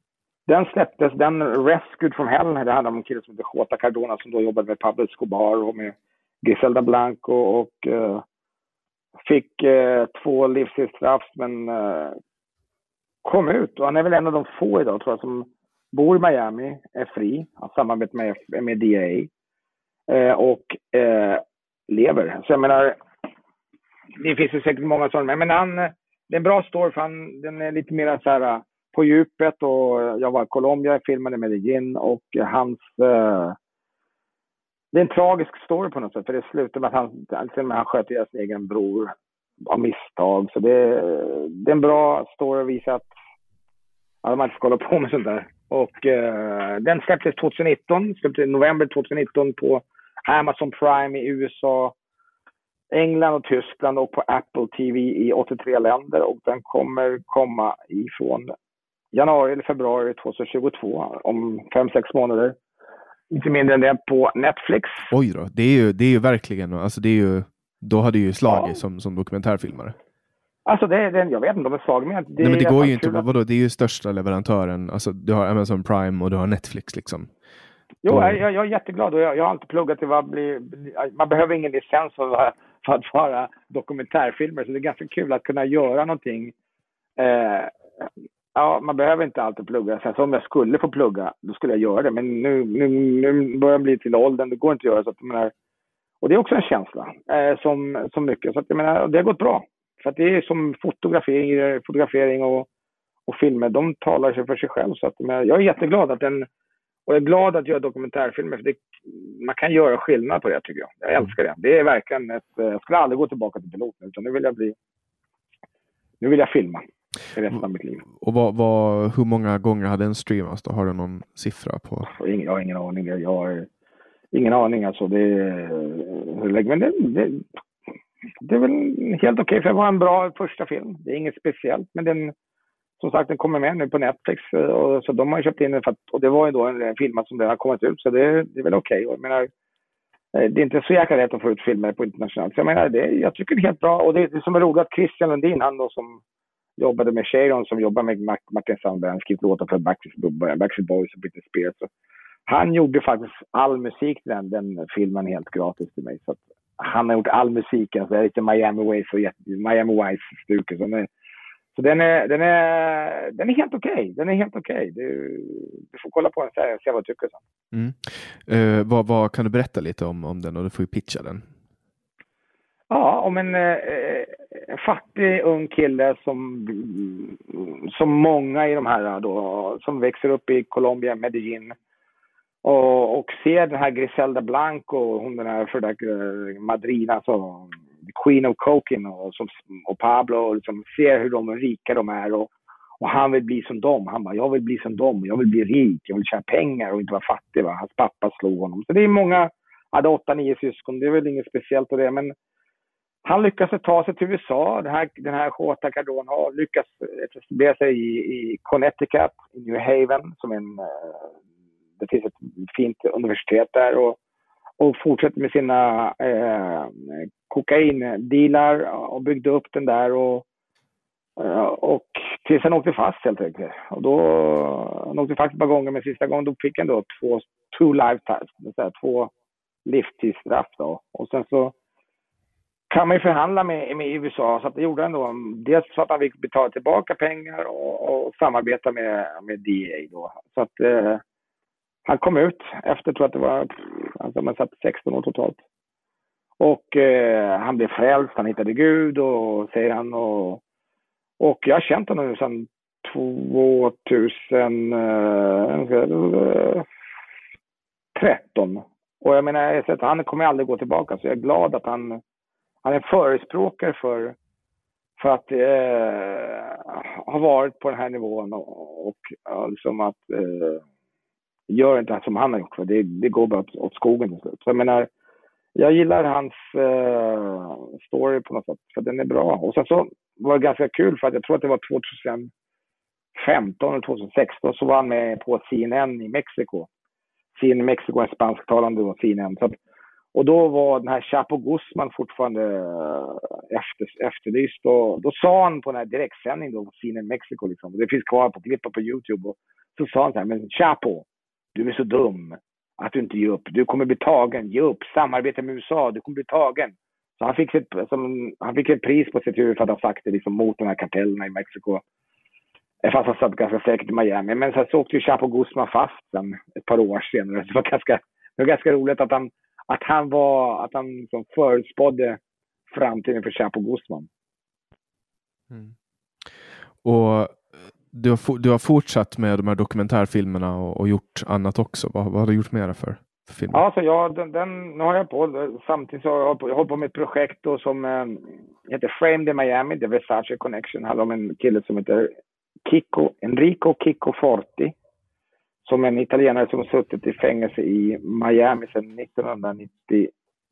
Den Rescued from Hell. Det handlar om en kille som heter Jota Cardona som då jobbade med Pablo Escobar och med Griselda Blanco och fick 2 livstidsstraff men kom ut. Och han är väl en av de få idag tror jag som bor i Miami, är fri, har samarbete med DEA och lever. Så jag menar, det finns ju säkert många sådana, men det är en bra story för den är lite mer så här på djupet, och jag var i Colombia, filmade Medellin och det är en tragisk story på något sätt, för det slutar med att han sköt ihjäl sin egen bror av misstag. Så det är en bra story att visa att man inte ska hålla på med sånt där. Och den släpptes 2019, släpptes i november 2019 på Amazon Prime i USA, England och Tyskland och på Apple TV i 83 länder. Och den kommer komma ifrån januari eller februari 2022, om 5-6 månader. Inte mindre än det på Netflix. Oj då, det är ju verkligen, alltså det är ju, då hade ju slagit som dokumentärfilmare. Alltså jag vet inte om det är slag, men nej, men det går ju inte, vadå, det är ju största leverantören, alltså du har Amazon Prime och du har Netflix liksom. Jo, jag är jätteglad och jag har inte pluggat till man behöver ingen licens för att vara dokumentärfilmer, så det är ganska kul att kunna göra någonting. Man behöver inte alltid plugga. Sen så om jag skulle få plugga, då skulle jag göra det. Men nu börjar jag bli till åldern, det går inte att göra. Så att, och det är också en känsla som mycket. Så att, det har gått bra. För att det är som fotografering och filmer, de talar sig för sig själv. Så att, jag är jätteglad att Och jag är glad att göra dokumentärfilmer, för man kan göra skillnad på det, tycker jag. Jag älskar det. Det är verkligen jag skulle aldrig gå tillbaka till piloten, utan nu vill jag filma i resten av mitt liv. Och hur många gånger hade den streamats då? Har du någon siffra på? Jag har ingen aning. Jag har ingen aning. Alltså, men det är väl helt okej, för det var en bra första film. Det är inget speciellt, men den kommer med nu på Netflix. Och så de har köpt in den, och det var ju då en film som den har kommit ut, så det är väl okej. Jag menar, det är inte så jäkla lätt att få ut filmer på internationellt. Så jag menar, jag tycker det är helt bra. Och det som är roligt att Christian Lundin, han då som jobbade med Sharon, som jobbar med Martin Sandberg, han skrivit låtar för Backstreet Boys och Britney Spears. Så han gjorde faktiskt all musik till den filmen helt gratis till mig. Så att han har gjort all musik, alltså lite Miami Vice-stuket. Så den är helt okej. Den är helt okej. Du får kolla på den och se vad du tycker. Vad kan du berätta lite om den, och du får ju pitcha den? Ja, om en fattig ung kille som många i de här då, som växer upp i Colombia, Medellin, och ser den här Griselda Blanco, hon den här för Madrina, alltså Queen of Cocaine och Pablo, och liksom ser hur de rika de är, och han vill bli som dem. Han bara, jag vill bli som dem, jag vill bli rik, jag vill tjäna pengar och inte vara fattig. Hans pappa slog honom. Så det är många, hade 8-9 syskon, det är väl inget speciellt av det, men han lyckas ta sig till USA. Den här Jota Cardone har lyckats etablera sig i Connecticut, i New Haven, det finns ett fint universitet där, och fortsätter med sina kokaindealar och byggde upp den där, och tills han åkte fast helt enkelt. Och då han åkte fast ett par gånger, men sista gången då fick han då 2 lifetimes, 2 livstidsstraff då. Och sen så kan man ju förhandla med USA, så att det gjorde han då. Dels så att han fick betala tillbaka pengar och samarbeta med DEA då. Så att han kom ut efter, tror att det var, alltså man satt 16 år totalt. Och han blev frälst, han hittade Gud, och säger han, och jag har känt honom nu sedan 2013. Och jag menar, att han kommer aldrig gå tillbaka, så jag är glad att han är förespråkare för att ha varit på den här nivån, och liksom att gör inte som han har gjort, för det går bara åt skogen till slut. Så jag menar, jag gillar hans story på något sätt, för den är bra. Och sen så var det ganska kul, för att jag tror att det var 2015 eller 2016, så var han med på CNN i Mexiko. CNN i Mexiko är spansktalande CNN. Så att, och då var den här Chapo Guzman fortfarande efterlyst. Och då sa han på den här direktsändning då, CNN Mexiko liksom, och det finns kvar på klippar på YouTube, och så sa han så här, men Chapo, du är så dum att du inte ger upp. Du kommer bli tagen. Ge upp. Samarbeta med USA. Du kommer bli tagen. Så han fick ett pris på sitt huvud för att ha sagt det liksom mot de här kartellerna i Mexiko. Fast han satt ganska säkert i Miami. Men sen så åkte ju Chapo Guzman fast sen ett par år senare. Det var ganska roligt att han liksom förutspådde framtiden för Chapo Guzman. Och du har fortsatt med de här dokumentärfilmerna och gjort annat också. Vad har du gjort mer för filmer? Ja, så nu har jag på. Samtidigt så har jag hållit på med ett projekt då, som heter Framed in Miami, The Versace Connection. Det handlar om en kille som heter Enrico Kiko Forti, som är en italienare som har suttit i fängelse i Miami sedan 1998.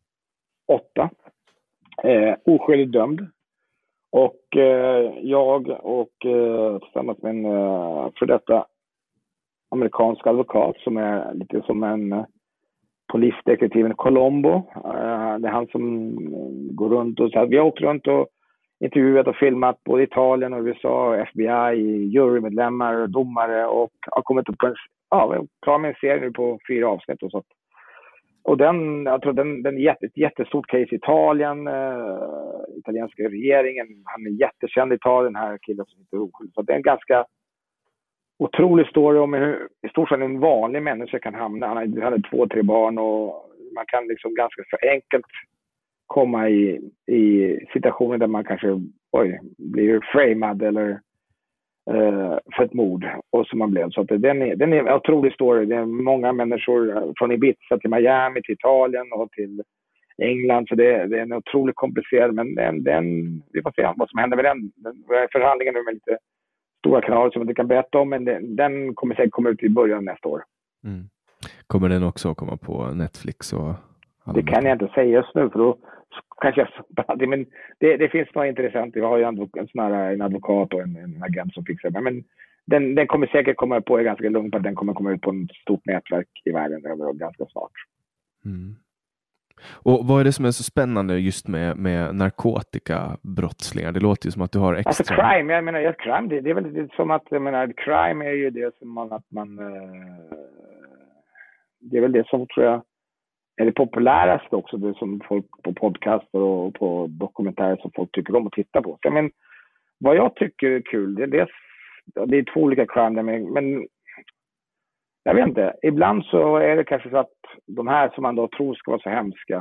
Oskyldigt dömd. Och jag tillsammans med en för detta amerikansk advokat som är lite som en polisdetektiven Colombo. Det är han som går runt och så här. Vi har åkt runt och intervjuat och filmat både Italien och USA, FBI, jurymedlemmar, domare, och har kommit upp på vi är klar med en serie nu på 4 avsnitt och så. Och jag tror den är ett jättestort case i Italien, italienska regeringen, han är jättekänd i Italien, den här killen som heter oskyldig. Så det är en ganska otrolig story om hur i stort sett en vanlig människa kan hamna. Han hade 2-3 barn, och man kan liksom ganska så enkelt komma i situationer där man kanske blir framad eller för ett mord och som man blev. Så att den är en otrolig story. Det är många människor från Ibiza till Miami, till Italien och till England. Så det är en otroligt komplicerad, men vi får se vad som händer med den. Förhandlingen är med lite stora kanaler som man inte kan berätta om, men den kommer säkert komma ut i början nästa år. Mm. Kommer den också komma på Netflix? Och det kan jag inte säga just nu, för då kanske men det finns något intressant. Vi har ju en advokat och en agent som fixar det. Men den kommer säkert komma på, är ganska lugn på att den kommer komma ut på ett stort nätverk i världen ganska snart. Mm. Och vad är det som är så spännande just med narkotikabrottslingar? Det låter ju som att du har extra... Alltså crime, jag menar crime, det är väl som att, jag menar, crime är ju det som man det är väl det som tror jag är det populäraste också, det som folk på podcaster och på dokumentärer som folk tycker om att titta på. Men vad jag tycker är kul, det är två olika crime, men jag vet inte. Ibland så är det kanske så att de här som man då tror ska vara så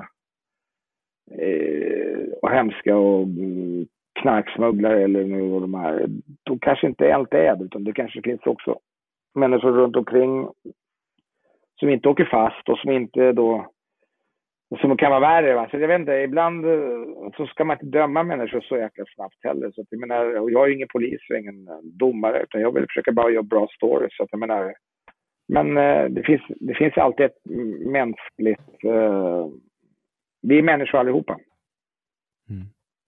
hemska och knarksmugglare eller nu och de här, de kanske inte alltid är det, utan det kanske finns också människor runt omkring som inte åker fast och som inte då, som kan vara värre. Va? Så jag vet inte, ibland så ska man inte döma människor så jäkla snabbt heller. Så att jag menar, och jag är ingen polis och ingen domare, utan jag vill försöka bara göra bra stories. Så att jag menar, men det finns alltid ett mänskligt... vi är människor allihopa. Mm.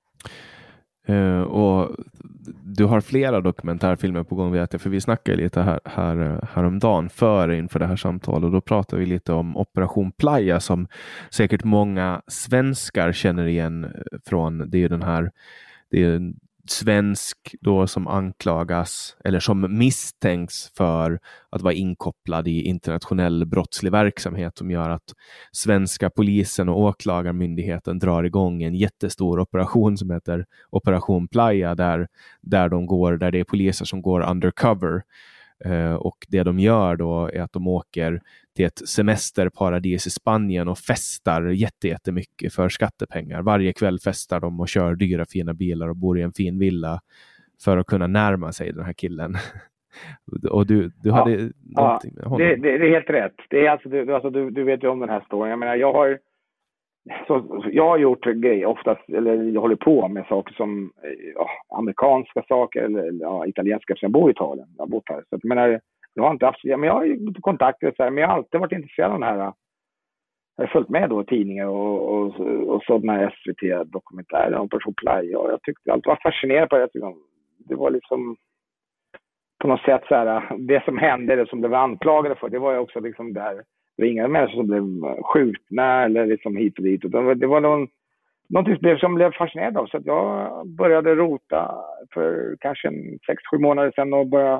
Och du har flera dokumentärfilmer på gång, vet jag, för vi snackade lite häromdagen inför det här samtalet, och då pratade vi lite om Operation Playa som säkert många svenskar känner igen från. Det är en svensk då som anklagas eller som misstänks för att vara inkopplad i internationell brottslig verksamhet som gör att svenska polisen och åklagarmyndigheten drar igång en jättestor operation som heter Operation Playa där det är poliser som går undercover. Och det de gör då är att de åker till ett semesterparadis i Spanien och festar jättemycket för skattepengar. Varje kväll festar de och kör dyra fina bilar och bor i en fin villa för att kunna närma sig den här killen. Och du hade någonting med honom. Det är helt rätt. Det är alltså, du vet ju om den här storyn. Jag menar, jag har gjort grejer oftast, eller jag håller på med saker som amerikanska saker eller italienska, som jag bor i Italien. Jag har bott här. Så jag menar, jag har inte haft, men jag har ju kontakter så här, men jag har alltid varit intresserad av den här. Jag har följt med då tidningar och sådana här SVT-dokumentärer om Operation Playa, och jag tyckte alltid var fascinerad på det. Det var liksom på något sätt så här, det som hände, det som det var anklagade för, det var ju också liksom där. Det var inga människor som blev skjutna eller liksom hit och dit. Det var någonting som blev fascinerad av. Så att jag började rota för kanske 6-7 månader sedan och började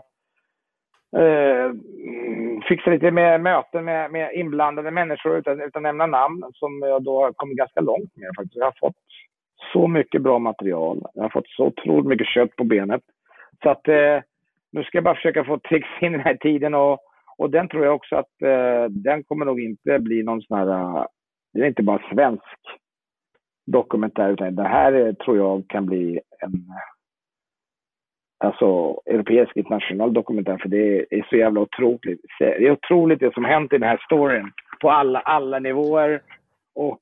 fixa lite med möten med inblandade människor utan att nämna namn, som jag då har kommit ganska långt med faktiskt. Jag har fått så mycket bra material. Jag har fått så otroligt mycket kött på benet. Så att nu ska jag bara försöka få tricks in den här tiden, och den tror jag också att den kommer nog inte bli någon sån här, det är inte bara svensk dokumentär, utan det här tror jag kan bli en europeisk internationell dokumentär, för det är så jävla otroligt. Det är otroligt det som hänt i den här storyn på alla nivåer, och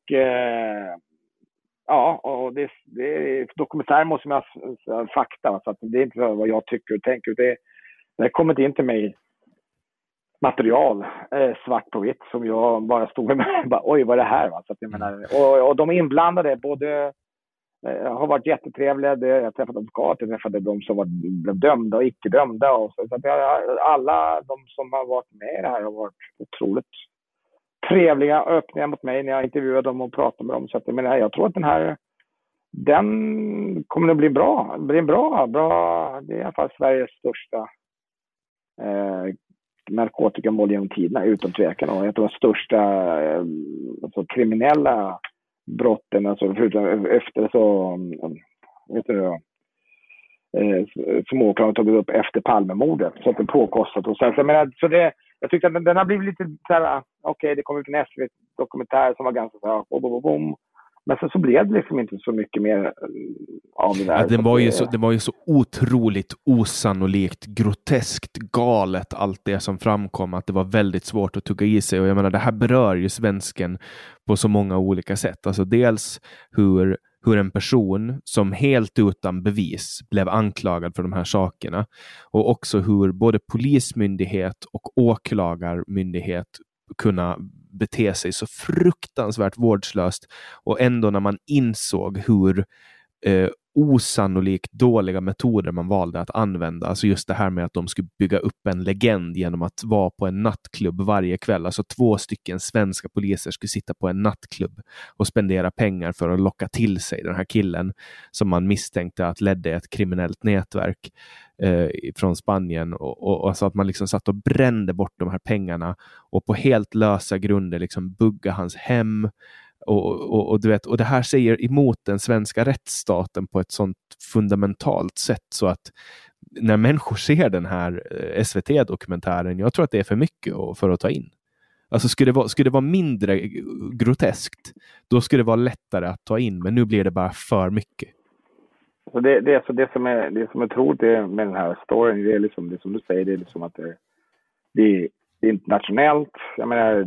och det dokumentär måste man ha fakta, så att det är inte vad jag tycker och tänker. Det kommer inte mig material svart på vitt som jag bara stod med bara, oj, vad är det här? Va? Så att jag menar, och de inblandade både har varit jättetrevliga. Jag träffade advokater, jag träffade de som var dömda och icke dömda, och så att alla de som har varit med i det här har varit otroligt trevliga och öppna mot mig när jag intervjuade dem och pratade med dem. Så att jag tror att den kommer att bli bra. Det blir bra. Det är i alla fall Sveriges största narkotikamål genom tiderna, utan tvekan. Och jag tror de största kriminella brotten, alltså förutom efter så som åklagaren tagit upp efter Palmemordet, så att det påkostat och så. Jag tyckte att den har blivit lite så här, okej, det kom ut en SVT-dokumentär som var ganska så här, Men så blev det liksom inte så mycket mer av det där. Ja, det var ju så otroligt osannolikt, groteskt, galet allt det som framkom, att det var väldigt svårt att tugga i sig. Och jag menar, det här berör ju svensken på så många olika sätt. Alltså dels hur en person som helt utan bevis blev anklagad för de här sakerna, och också hur både polismyndighet och åklagarmyndighet kunna bete sig så fruktansvärt vårdslöst, och ändå när man insåg hur osannolikt dåliga metoder man valde att använda, alltså just det här med att de skulle bygga upp en legend genom att vara på en nattklubb varje kväll, alltså 2 stycken svenska poliser skulle sitta på en nattklubb och spendera pengar för att locka till sig den här killen som man misstänkte att ledde ett kriminellt nätverk från Spanien, och alltså att man liksom satt och brände bort de här pengarna och på helt lösa grunder liksom bugga hans hem. Och du vet, och det här säger emot den svenska rättsstaten på ett sånt fundamentalt sätt, så att när människor ser den här SVT-dokumentären, jag tror att det är för mycket för att ta in. Alltså skulle det vara mindre groteskt, då skulle det vara lättare att ta in, men nu blir det bara för mycket. Så det som är troligt med den här storyn, det är liksom det som du säger, det är liksom att det är internationellt. Jag menar,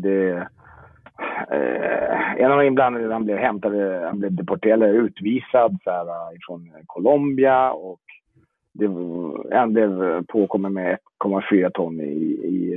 en av de inblandade, han blev deporterad eller utvisad så här, från Colombia, och han blev påkommen med 1,4 ton i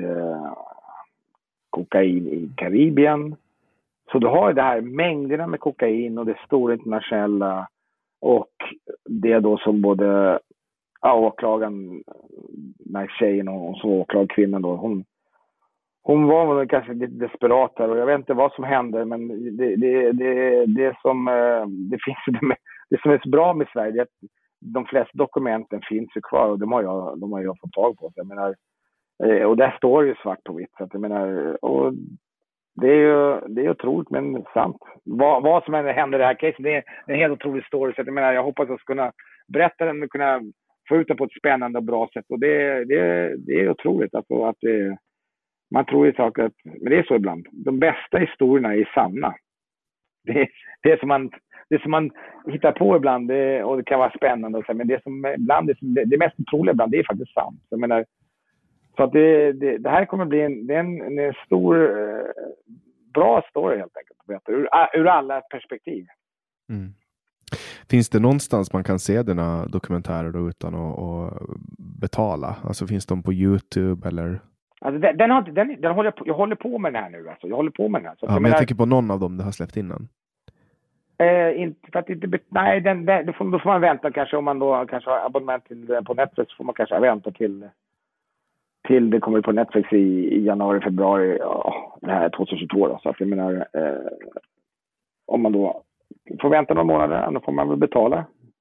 kokain i Karibien. Så du har det här mängderna med kokain och det stora internationella, och det då som både åklagaren, den här tjejen och så åklagarkvinnan då, hon var väl kanske lite desperat här, och jag vet inte vad som hände, men det som är så bra med Sverige är att de flesta dokumenten finns ju kvar, och de har jag fått tag på. Jag menar, och där står ju svart på vitt, så att jag menar, och det är otroligt men sant. Vad som händer i det här caset, det är en helt otrolig story, så att jag menar, jag hoppas att jag ska kunna berätta den och kunna få ut den på ett spännande och bra sätt, och det är otroligt alltså, att man tror ju saker, men det är så ibland. De bästa historierna är sanna. Det som man hittar på ibland, och det kan vara spännande och så, men det som ibland det mest otroliga ibland, det är faktiskt sant. Jag menar, så att det här kommer bli en stor bra story helt enkelt att berätta ur alla perspektiv. Mm. Finns det någonstans man kan se dina dokumentärer då utan att betala? Alltså finns de på YouTube eller? Alltså jag håller på med den här nu alltså. Jag håller på med den här. Så ja, men jag tänker på någon av dem det har släppt innan. Inte för att inte, nej, då får man vänta kanske, om man då kanske har abonnement på Netflix, får man kanske vänta till det kommer på Netflix i januari, februari, det här 2022 då. Så att jag menar, om man då får vänta några månader, då får man väl betala.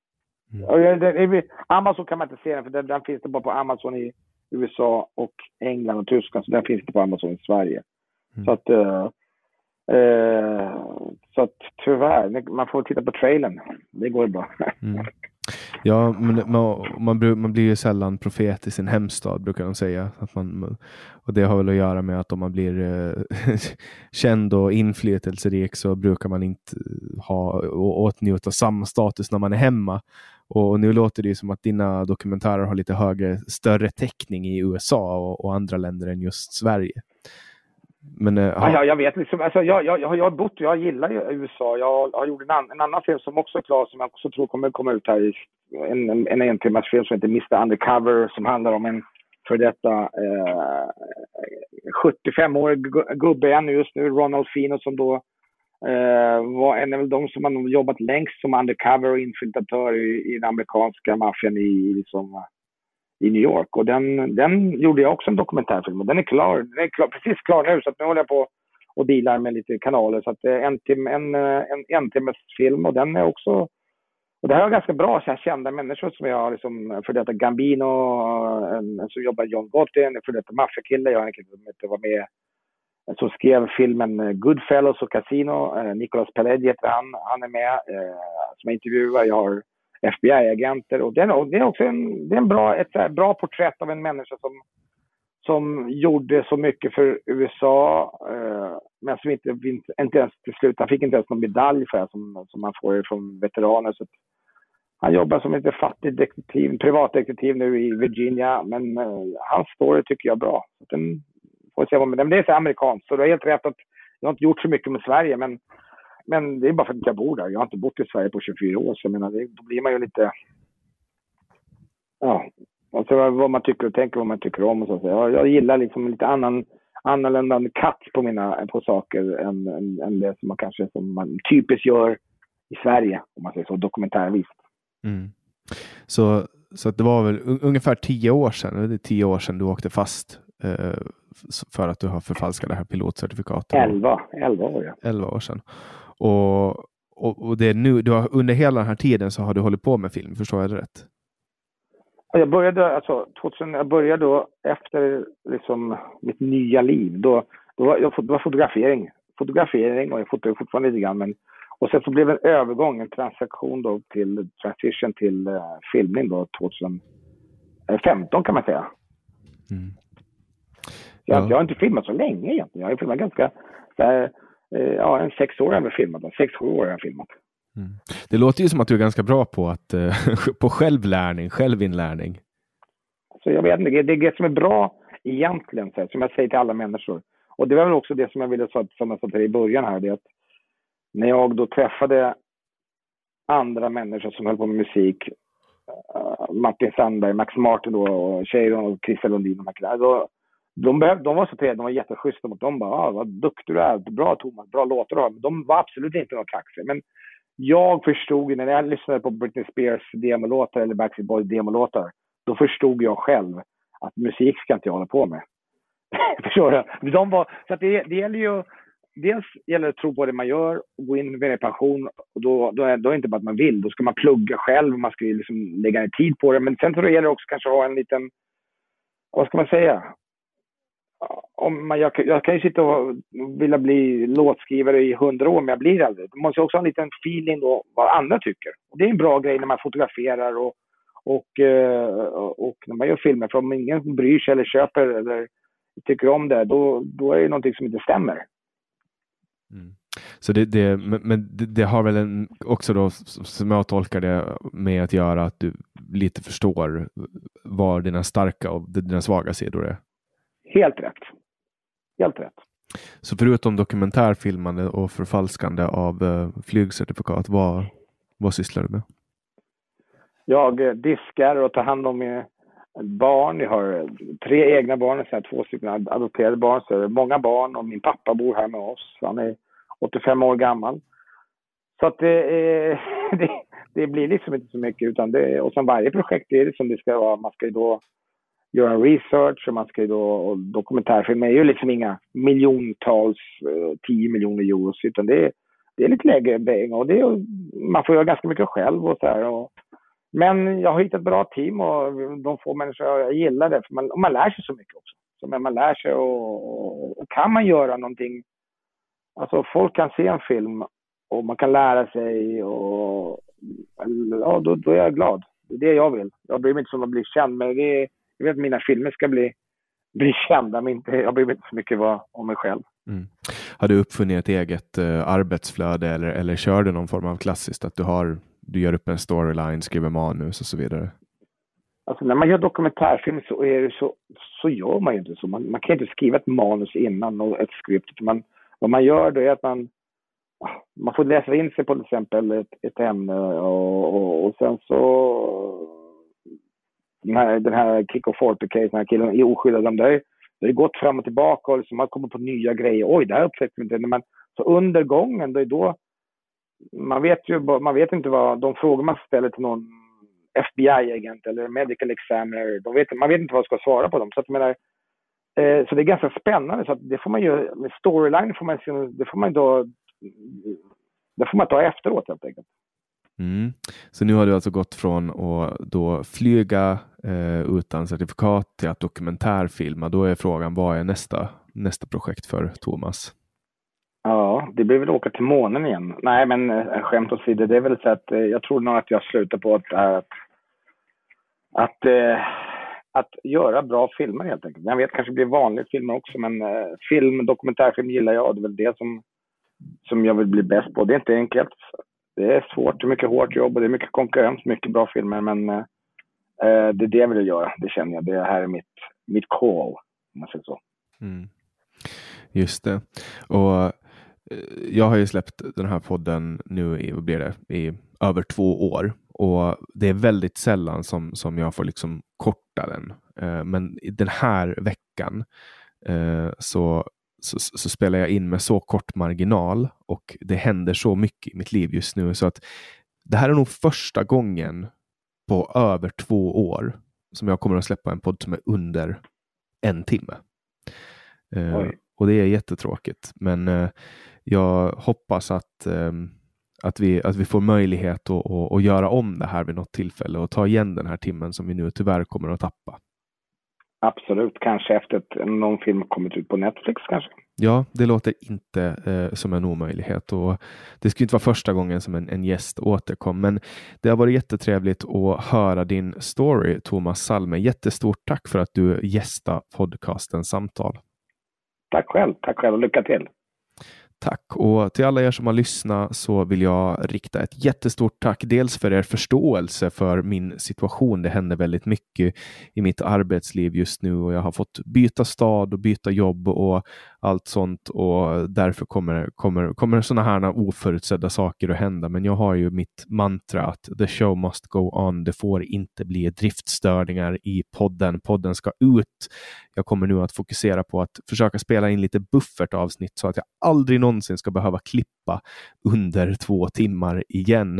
Amazon kan man inte se den, för den finns det bara på Amazon i USA och England och Tyskland, så den finns det på Amazon i Sverige. Så att tyvärr, man får titta på trailern. Det går bra. Ja, men man blir ju sällan profet i sin hemstad, brukar de säga. Och det har väl att göra med att om man blir känd och inflytelserik, så brukar man inte åtnjuta samma status när man är hemma. Och nu låter det ju som att dina dokumentärer har lite större täckning i USA och andra länder än just Sverige. Men jag vet liksom, alltså jag har bott, jag gillar ju USA. Jag har gjort en annan film som också är klar, som jag också tror kommer komma ut här, en timmas film som heter Mr. Undercover, som handlar om en för detta 75-årig gubbe ännu just nu, Ronald Fino, som då var en av de som har jobbat längst som undercover och infiltratör i den amerikanska maffian i New York. Och den gjorde jag också en dokumentärfilm, och den är klar, precis klar nu, så att nu håller jag på och dealar med lite kanaler, så att en timmes film, och den är också, och det här är ganska bra så här kända människor som jag har, liksom för detta Gambino, som jobbar John Gotti, en för detta maffiakille, jag har en kille som var med, som skrev filmen Goodfellas och Casino, Nicolas Pileggi heter han är med som intervjuar. Jag har FBI-agenter, och det är också ett bra porträtt av en människa som gjorde så mycket för USA, men som inte ens till slut, han fick inte ens någon medalj för det som man får från veteraner. Så han jobbar som lite fattig detektiv, privatdetektiv nu i Virginia, men hans story tycker jag är bra. Den får se vad, men det är så amerikanskt, så det är helt rätt att jag har inte gjort så mycket med Sverige, men det är bara för att jag bor där. Jag har inte bott i Sverige på 24 år, så jag menar, då blir man ju lite, ja, alltså vad man tycker och tänker, vad man tycker om och så. Jag gillar liksom lite annorlunda katt på saker än det som man kanske som man typiskt gör i Sverige, om man säger så, dokumentärvis. Mm. Så att det var väl ungefär 10 år sedan du åkte fast för att du har förfalskat det här pilotcertifikatet. 11 år, ja. 11 år sedan. Och det är nu, under hela den här tiden så har du hållit på med film, förstår jag det rätt? Jag började, 2000, jag började då efter liksom mitt nya liv. Då var fotografering och jag fotar fortfarande lite grann, men och sen så blev det en transaktion då till transition till filmning då 2015 kan man säga. Mm. Jag har inte filmat så länge egentligen. Jag har filmat ganska en 6 år har jag filmat. 6-7 år har jag filmat. Mm. Det låter ju som att du är ganska bra på att på självinlärning. Så jag vet inte, det är det som är bra egentligen, så här, som jag säger till alla människor. Och det var väl också det som jag ville säga, som jag sa till dig i början här, det är att när jag då träffade andra människor som höll på med musik, Martin Sandberg, Max Martin då, och Cheiron och Christer Lundin, de var så trevliga, de var jätteschyssta mot dem. Bara, vad duktig du är, bra Thomas, bra låtar du har. Men de var absolut inte några kaxer. Men jag förstod, när jag lyssnade på Britney Spears demolåtar eller Backstreet Boys demolåtar, då förstod jag själv att musik ska inte jag hålla på med. Förstår du? Så att det gäller ju, dels gäller det att tro på det man gör och gå in med en passion. Och då är det inte bara att man vill, då ska man plugga själv, man ska liksom lägga ner tid på det. Men sen så det gäller det också kanske ha en liten, vad ska man säga? Jag kan ju sitta och vilja bli låtskrivare i 100 år, men jag blir aldrig. Man måste också ha en liten feeling då vad andra tycker. Och det är en bra grej när man fotograferar och när man gör filmer. För om ingen bryr sig eller köper eller tycker om det, då är det någonting som inte stämmer. Mm. Så det har väl också då, som jag tolkar det, med att göra att du lite förstår vad dina starka och dina svaga sidor är. Helt rätt. Så förutom dokumentärfilmande och förfalskande av flygcertifikat, vad sysslar du med? Jag diskar och tar hand om barn. Jag har 3 egna barn och 2 stycken adopterade barn. Så det är många barn och min pappa bor här med oss. Han är 85 år gammal. Så att det blir liksom inte så mycket. Och som varje projekt är det som det ska vara. Man ska ju då göra en research och man ska ju då, och dokumentärfilmer är ju liksom inga miljontals 10 miljoner euros, utan det är lite lägre och man får göra ganska mycket själv och så här. Men jag har hittat ett bra team och de få människor, jag gillar det, för man lär sig så mycket också. Så man lär sig och kan man göra någonting, alltså folk kan se en film och man kan lära sig och ja, då är jag glad. Det är det jag vill. Jag bryr mig inte om att bli känd, men jag vet att mina filmer ska bli kända, men jag bryr mig inte så mycket om mig själv. Mm. Har du uppfunnit ett eget arbetsflöde eller kör du någon form av klassiskt, att du gör upp en storyline, skriver manus och så vidare? Alltså när man gör dokumentärfilm så är det så gör man ju inte så. Man kan inte skriva ett manus innan och ett skript. Vad man gör då är att man får läsa in sig på till exempel ett ämne och sen så den här Kiko Forte-case, den här killen är oskyddad. Det har gått fram och tillbaka och liksom man kommer på nya grejer. Oj, det här upptäckte vi inte. Så under gången, då man vet inte vad de frågor man ställer till någon FBI-agent eller medical examiner. Man vet inte vad man ska svara på dem. Så att så det är ganska spännande. Så att det får man ju, med storyline det får man ta efteråt helt enkelt. Mm. Så nu har du alltså gått från att då flyga utan certifikat till att dokumentärfilma. Då är frågan, vad är nästa projekt för Thomas? Ja, det blir väl åka till månen igen. Nej, men skämt åsido, det är väl så att jag tror nog att jag slutar på att göra bra filmer helt enkelt. Jag vet kanske blir vanliga filmer också, men dokumentärfilm gillar jag. Det är väl det som jag vill bli bäst på. Det är inte enkelt. Det är svårt, det är mycket hårt jobb och det är mycket konkurrens, mycket bra filmer, men det är det jag vill göra. Det känner jag. Det här är mitt call, om man säger så. Mm. Just det. Och jag har ju släppt den här podden nu i över 2 år. Och det är väldigt sällan som jag får liksom korta den. Men den här veckan så spelar jag in med så kort marginal. Och det händer så mycket i mitt liv just nu. Så att det här är nog första gången på över 2 år som jag kommer att släppa en podd som är under 1 timme. Och det är jättetråkigt. Men jag hoppas att vi får möjlighet att göra om det här vid något tillfälle och ta igen den här timmen som vi nu tyvärr kommer att tappa. Absolut, kanske efter någon film kommit ut på Netflix kanske. Ja, det låter inte som en omöjlighet, och det skulle inte vara första gången som en gäst återkom, men det har varit jättetrevligt att höra din story, Thomas Salme. Jättestort tack för att du gästade podcasten Samtal. Tack själv och lycka till. Tack, och till alla er som har lyssnat så vill jag rikta ett jättestort tack dels för er förståelse för min situation. Det händer väldigt mycket i mitt arbetsliv just nu och jag har fått byta stad och byta jobb och allt sånt, och därför kommer såna här oförutsedda saker att hända. Men jag har ju mitt mantra att the show must go on. Det får inte bli driftstörningar i podden. Podden ska ut. Jag kommer nu att fokusera på att försöka spela in lite buffertavsnitt så att jag aldrig någonsin ska behöva klippa under 2 timmar igen.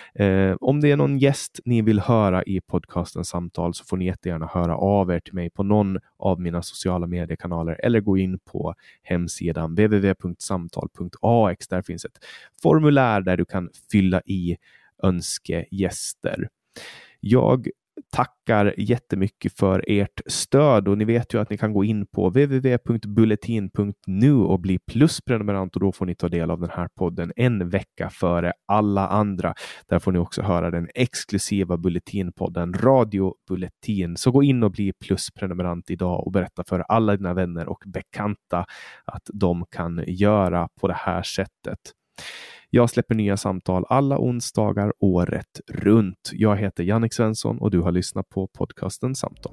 Om det är någon gäst ni vill höra i podcasten Samtal så får ni jättegärna höra av er till mig på någon av mina sociala mediekanaler eller gå in på hemsidan www.samtal.ax. Där finns ett formulär där du kan fylla i önskegäster. Jag tackar jättemycket för ert stöd, och ni vet ju att ni kan gå in på www.bulletin.nu och bli plusprenumerant, och då får ni ta del av den här podden 1 vecka före alla andra. Där får ni också höra den exklusiva Bulletinpodden Radio Bulletin. Så gå in och bli plusprenumerant idag och berätta för alla dina vänner och bekanta att de kan göra på det här sättet. Jag släpper nya samtal alla onsdagar året runt. Jag heter Jannik Svensson och du har lyssnat på podcasten Samtal.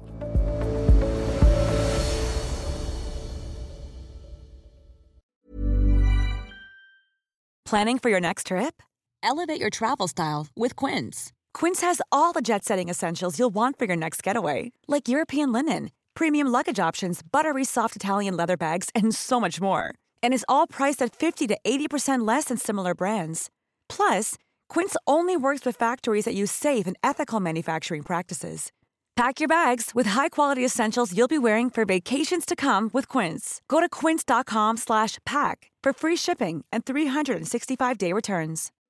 Planning for your next trip? Elevate your travel style with Quince. Quince has all the jet-setting essentials you'll want for your next getaway, like European linen, premium luggage options, buttery soft Italian leather bags, and so much more. And is all priced at 50 to 80% less than similar brands. Plus, Quince only works with factories that use safe and ethical manufacturing practices. Pack your bags with high-quality essentials you'll be wearing for vacations to come with Quince. Go to quince.com/pack for free shipping and 365-day returns.